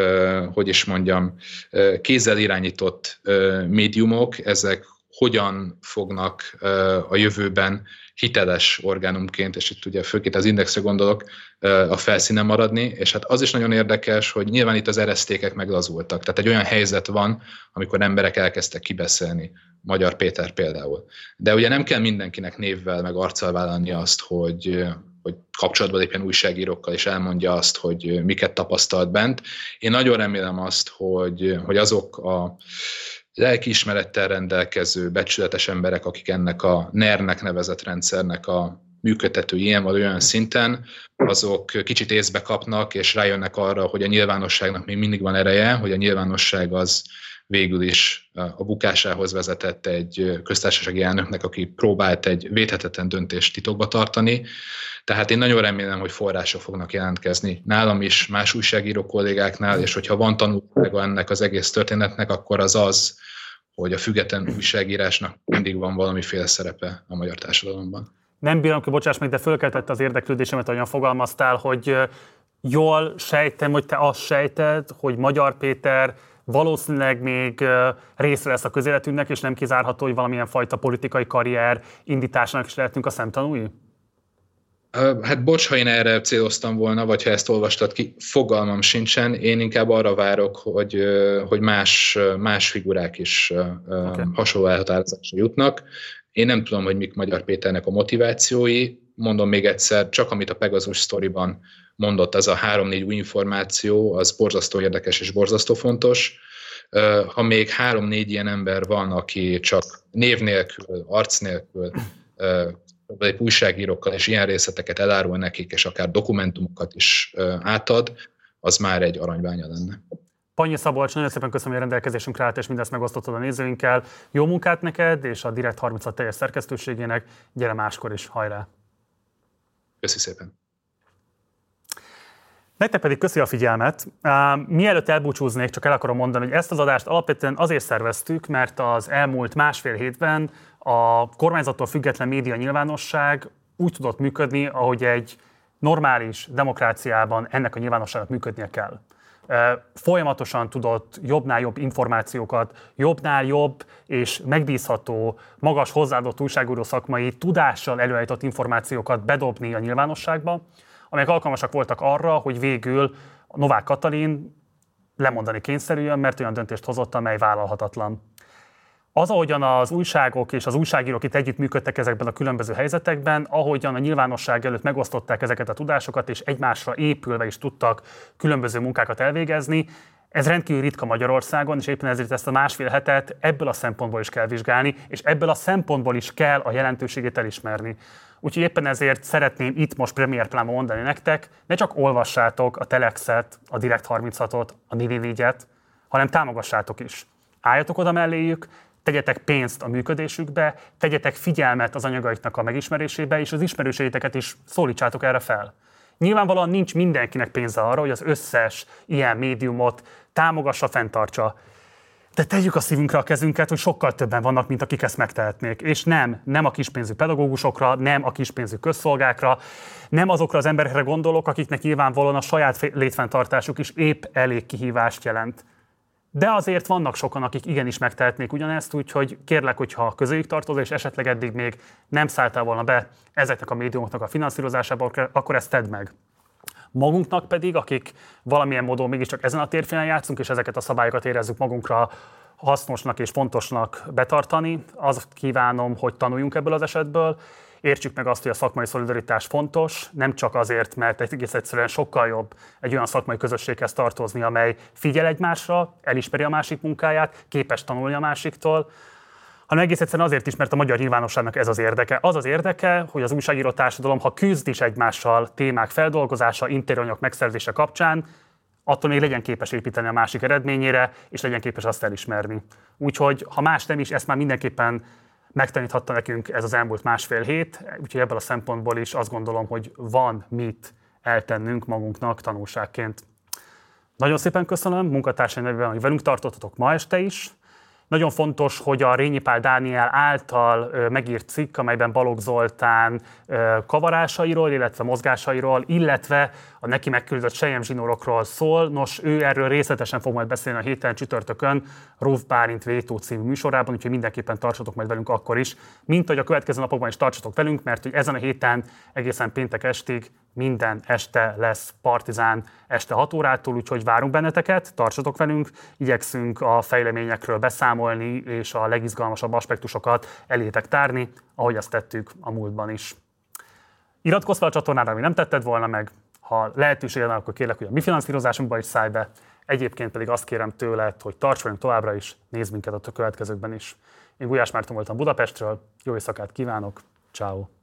hogy is mondjam, kézzel irányított médiumok, ezek hogyan fognak a jövőben hiteles orgánumként, és itt ugye főként az Indexre gondolok, a felszínen maradni, és hát az is nagyon érdekes, hogy nyilván itt az eresztékek meglazultak. Tehát egy olyan helyzet van, amikor emberek elkezdtek kibeszélni, Magyar Péter például. De ugye nem kell mindenkinek névvel, meg arccal vállalni azt, hogy, hogy kapcsolatba lépjen újságírókkal, és elmondja azt, hogy miket tapasztalt bent. Én nagyon remélem azt, hogy, hogy azok a lelkiismerettel rendelkező, becsületes emberek, akik ennek a en e er-nek nevezett rendszernek a működtetői ilyen vagy olyan szinten, azok kicsit észbe kapnak, és rájönnek arra, hogy a nyilvánosságnak még mindig van ereje, hogy a nyilvánosság az végül is a bukásához vezetett egy köztársasági elnöknek, aki próbált egy védhetetlen döntést titokba tartani. Tehát én nagyon remélem, hogy források fognak jelentkezni nálam is, más újságíró kollégáknál, és hogyha van tanulsága ennek az egész történetnek, akkor az az, hogy a független újságírásnak mindig van valamiféle szerepe a magyar társadalomban. Nem bírom ki, bocsáss meg, de fölkeltette az érdeklődésemet, ahogyan fogalmaztál, hogy jól sejtem, hogy te azt sejted, hogy Magyar Péter valószínűleg még része lesz a közéletünknek, és nem kizárható, hogy valamilyen fajta politikai karrier indításának is lehetünk a szemtanúi? Hát bocs, ha én erre céloztam volna, vagy ha ezt olvastad ki, fogalmam sincsen. Én inkább arra várok, hogy, hogy más, más figurák is okay. hasonló elhatározásra jutnak. Én nem tudom, hogy mik Magyar Péternek a motivációi. Mondom még egyszer, csak amit a Pegasus sztoriban mondott, ez a három-négy új információ, az borzasztó érdekes és borzasztó fontos. Ha még három-négy ilyen ember van, aki csak név nélkül, arc nélkül, vagy újságírókkal és ilyen részleteket elárul nekik, és akár dokumentumokat is átad, az már egy aranybánya lenne. Pannyi Szabolcs, nagyon szépen köszönöm, hogy a rendelkezésünkre állt, és mindezt megosztottad a nézőinkkel. Jó munkát neked, és a Direkt harminchat teljes szerkesztőségének. Gyere máskor is, hajrá! Köszi szépen! Nektek pedig köszi a figyelmet. Mielőtt elbúcsúznék, csak el akarom mondani, hogy ezt az adást alapvetően azért szerveztük, mert az elmúlt másfél hétben a kormányzattól független média nyilvánosság úgy tudott működni, ahogy egy normális demokráciában ennek a nyilvánosságnak működnie kell. Folyamatosan tudott jobbnál jobb információkat, jobbnál jobb és megbízható, magas hozzáadott újságíró szakmai tudással előállított információkat bedobni a nyilvánosságba, amelyek alkalmasak voltak arra, hogy végül Novák Katalin lemondani kényszerüljön, mert olyan döntést hozott, amely vállalhatatlan. Az, ahogyan az újságok és az újságírók itt együtt működtek ezekben a különböző helyzetekben, ahogyan a nyilvánosság előtt megosztották ezeket a tudásokat, és egymásra épülve is tudtak különböző munkákat elvégezni, ez rendkívül ritka Magyarországon, és éppen ezért ezt a másfél hetet ebből a szempontból is kell vizsgálni, és ebből a szempontból is kell a jelentőségét elismerni. Úgyhogy éppen ezért szeretném itt most Premier Plánban mondani nektek, ne csak olvassátok a Telexet, a Direkt harminchatot, a Nini négyet, hanem támogassátok is. Álljatok oda melléjük, tegyetek pénzt a működésükbe, tegyetek figyelmet az anyagaiknak a megismerésébe, és az ismerőseiteket is szólítsátok erre fel. Nyilvánvalóan nincs mindenkinek pénze arra, hogy az összes ilyen médiumot támogassa, fenntartsa. De tegyük a szívünkre a kezünket, hogy sokkal többen vannak, mint akik ezt megtehetnék. És nem, nem a kispénzű pedagógusokra, nem a kispénzű közszolgákra, nem azokra az emberekre gondolok, akiknek nyilvánvalóan a saját létfenntartásuk is épp elég kihívást jelent. De azért vannak sokan, akik igenis megtehetnék ugyanezt, úgyhogy kérlek, hogyha közéjük tartozol, és esetleg eddig még nem szálltál volna be ezeknek a médiumoknak a finanszírozásába, akkor ezt tedd meg. Magunknak pedig, akik valamilyen módon mégiscsak ezen a térfélen játszunk, és ezeket a szabályokat érezzük magunkra hasznosnak és fontosnak betartani, azt kívánom, hogy tanuljunk ebből az esetből, értsük meg azt, hogy a szakmai szolidaritás fontos, nem csak azért, mert egész egyszerűen sokkal jobb egy olyan szakmai közösséghez tartozni, amely figyel egymásra, elismeri a másik munkáját, képes tanulni a másiktól, hanem egész egyszerűen azért is, mert a magyar nyilvánosságnak ez az érdeke. Az az érdeke, hogy az újságíró társadalom, ha küzd is egymással témák feldolgozása, interjúanyag megszerzése kapcsán, attól még legyen képes építeni a másik eredményére, és legyen képes azt elismerni. Úgyhogy, ha más nem is, ezt már mindenképpen megtaníthatta nekünk ez az elmúlt másfél hét, úgyhogy ebből a szempontból is azt gondolom, hogy van mit eltennünk magunknak tanulságként. Nagyon szépen köszönöm munkatársaim nevében, hogy velünk tartottatok ma este is. Nagyon fontos, hogy a Rényi Pál Dániel által ö, megírt cikk, amelyben Balogh Zoltán ö, kavarásairól, illetve mozgásairól, illetve a neki megküldött selyemzsinórokról szól. Nos, ő erről részletesen fog majd beszélni a héten csütörtökön Ruf Bálint Vétó című műsorában, úgyhogy mindenképpen tartsatok majd velünk akkor is, mint hogy a következő napokban is tartsatok velünk, mert hogy ezen a héten egészen péntek estig minden este lesz Partizán este hat órától, úgyhogy várunk benneteket, tartsatok velünk, igyekszünk a fejleményekről beszámolni és a legizgalmasabb aspektusokat elétek tárni, ahogy azt tettük a múltban is. Iratkozz fel a csatornára, ami nem tetted volna meg, ha lehetőséged van, akkor kérlek, hogy a mi finanszírozásunkba is szállj be, egyébként pedig azt kérem tőled, hogy tarts velünk továbbra is, nézd minket a következőkben is. Én Gulyás Márton voltam Budapestről, jó éjszakát kívánok, ciao.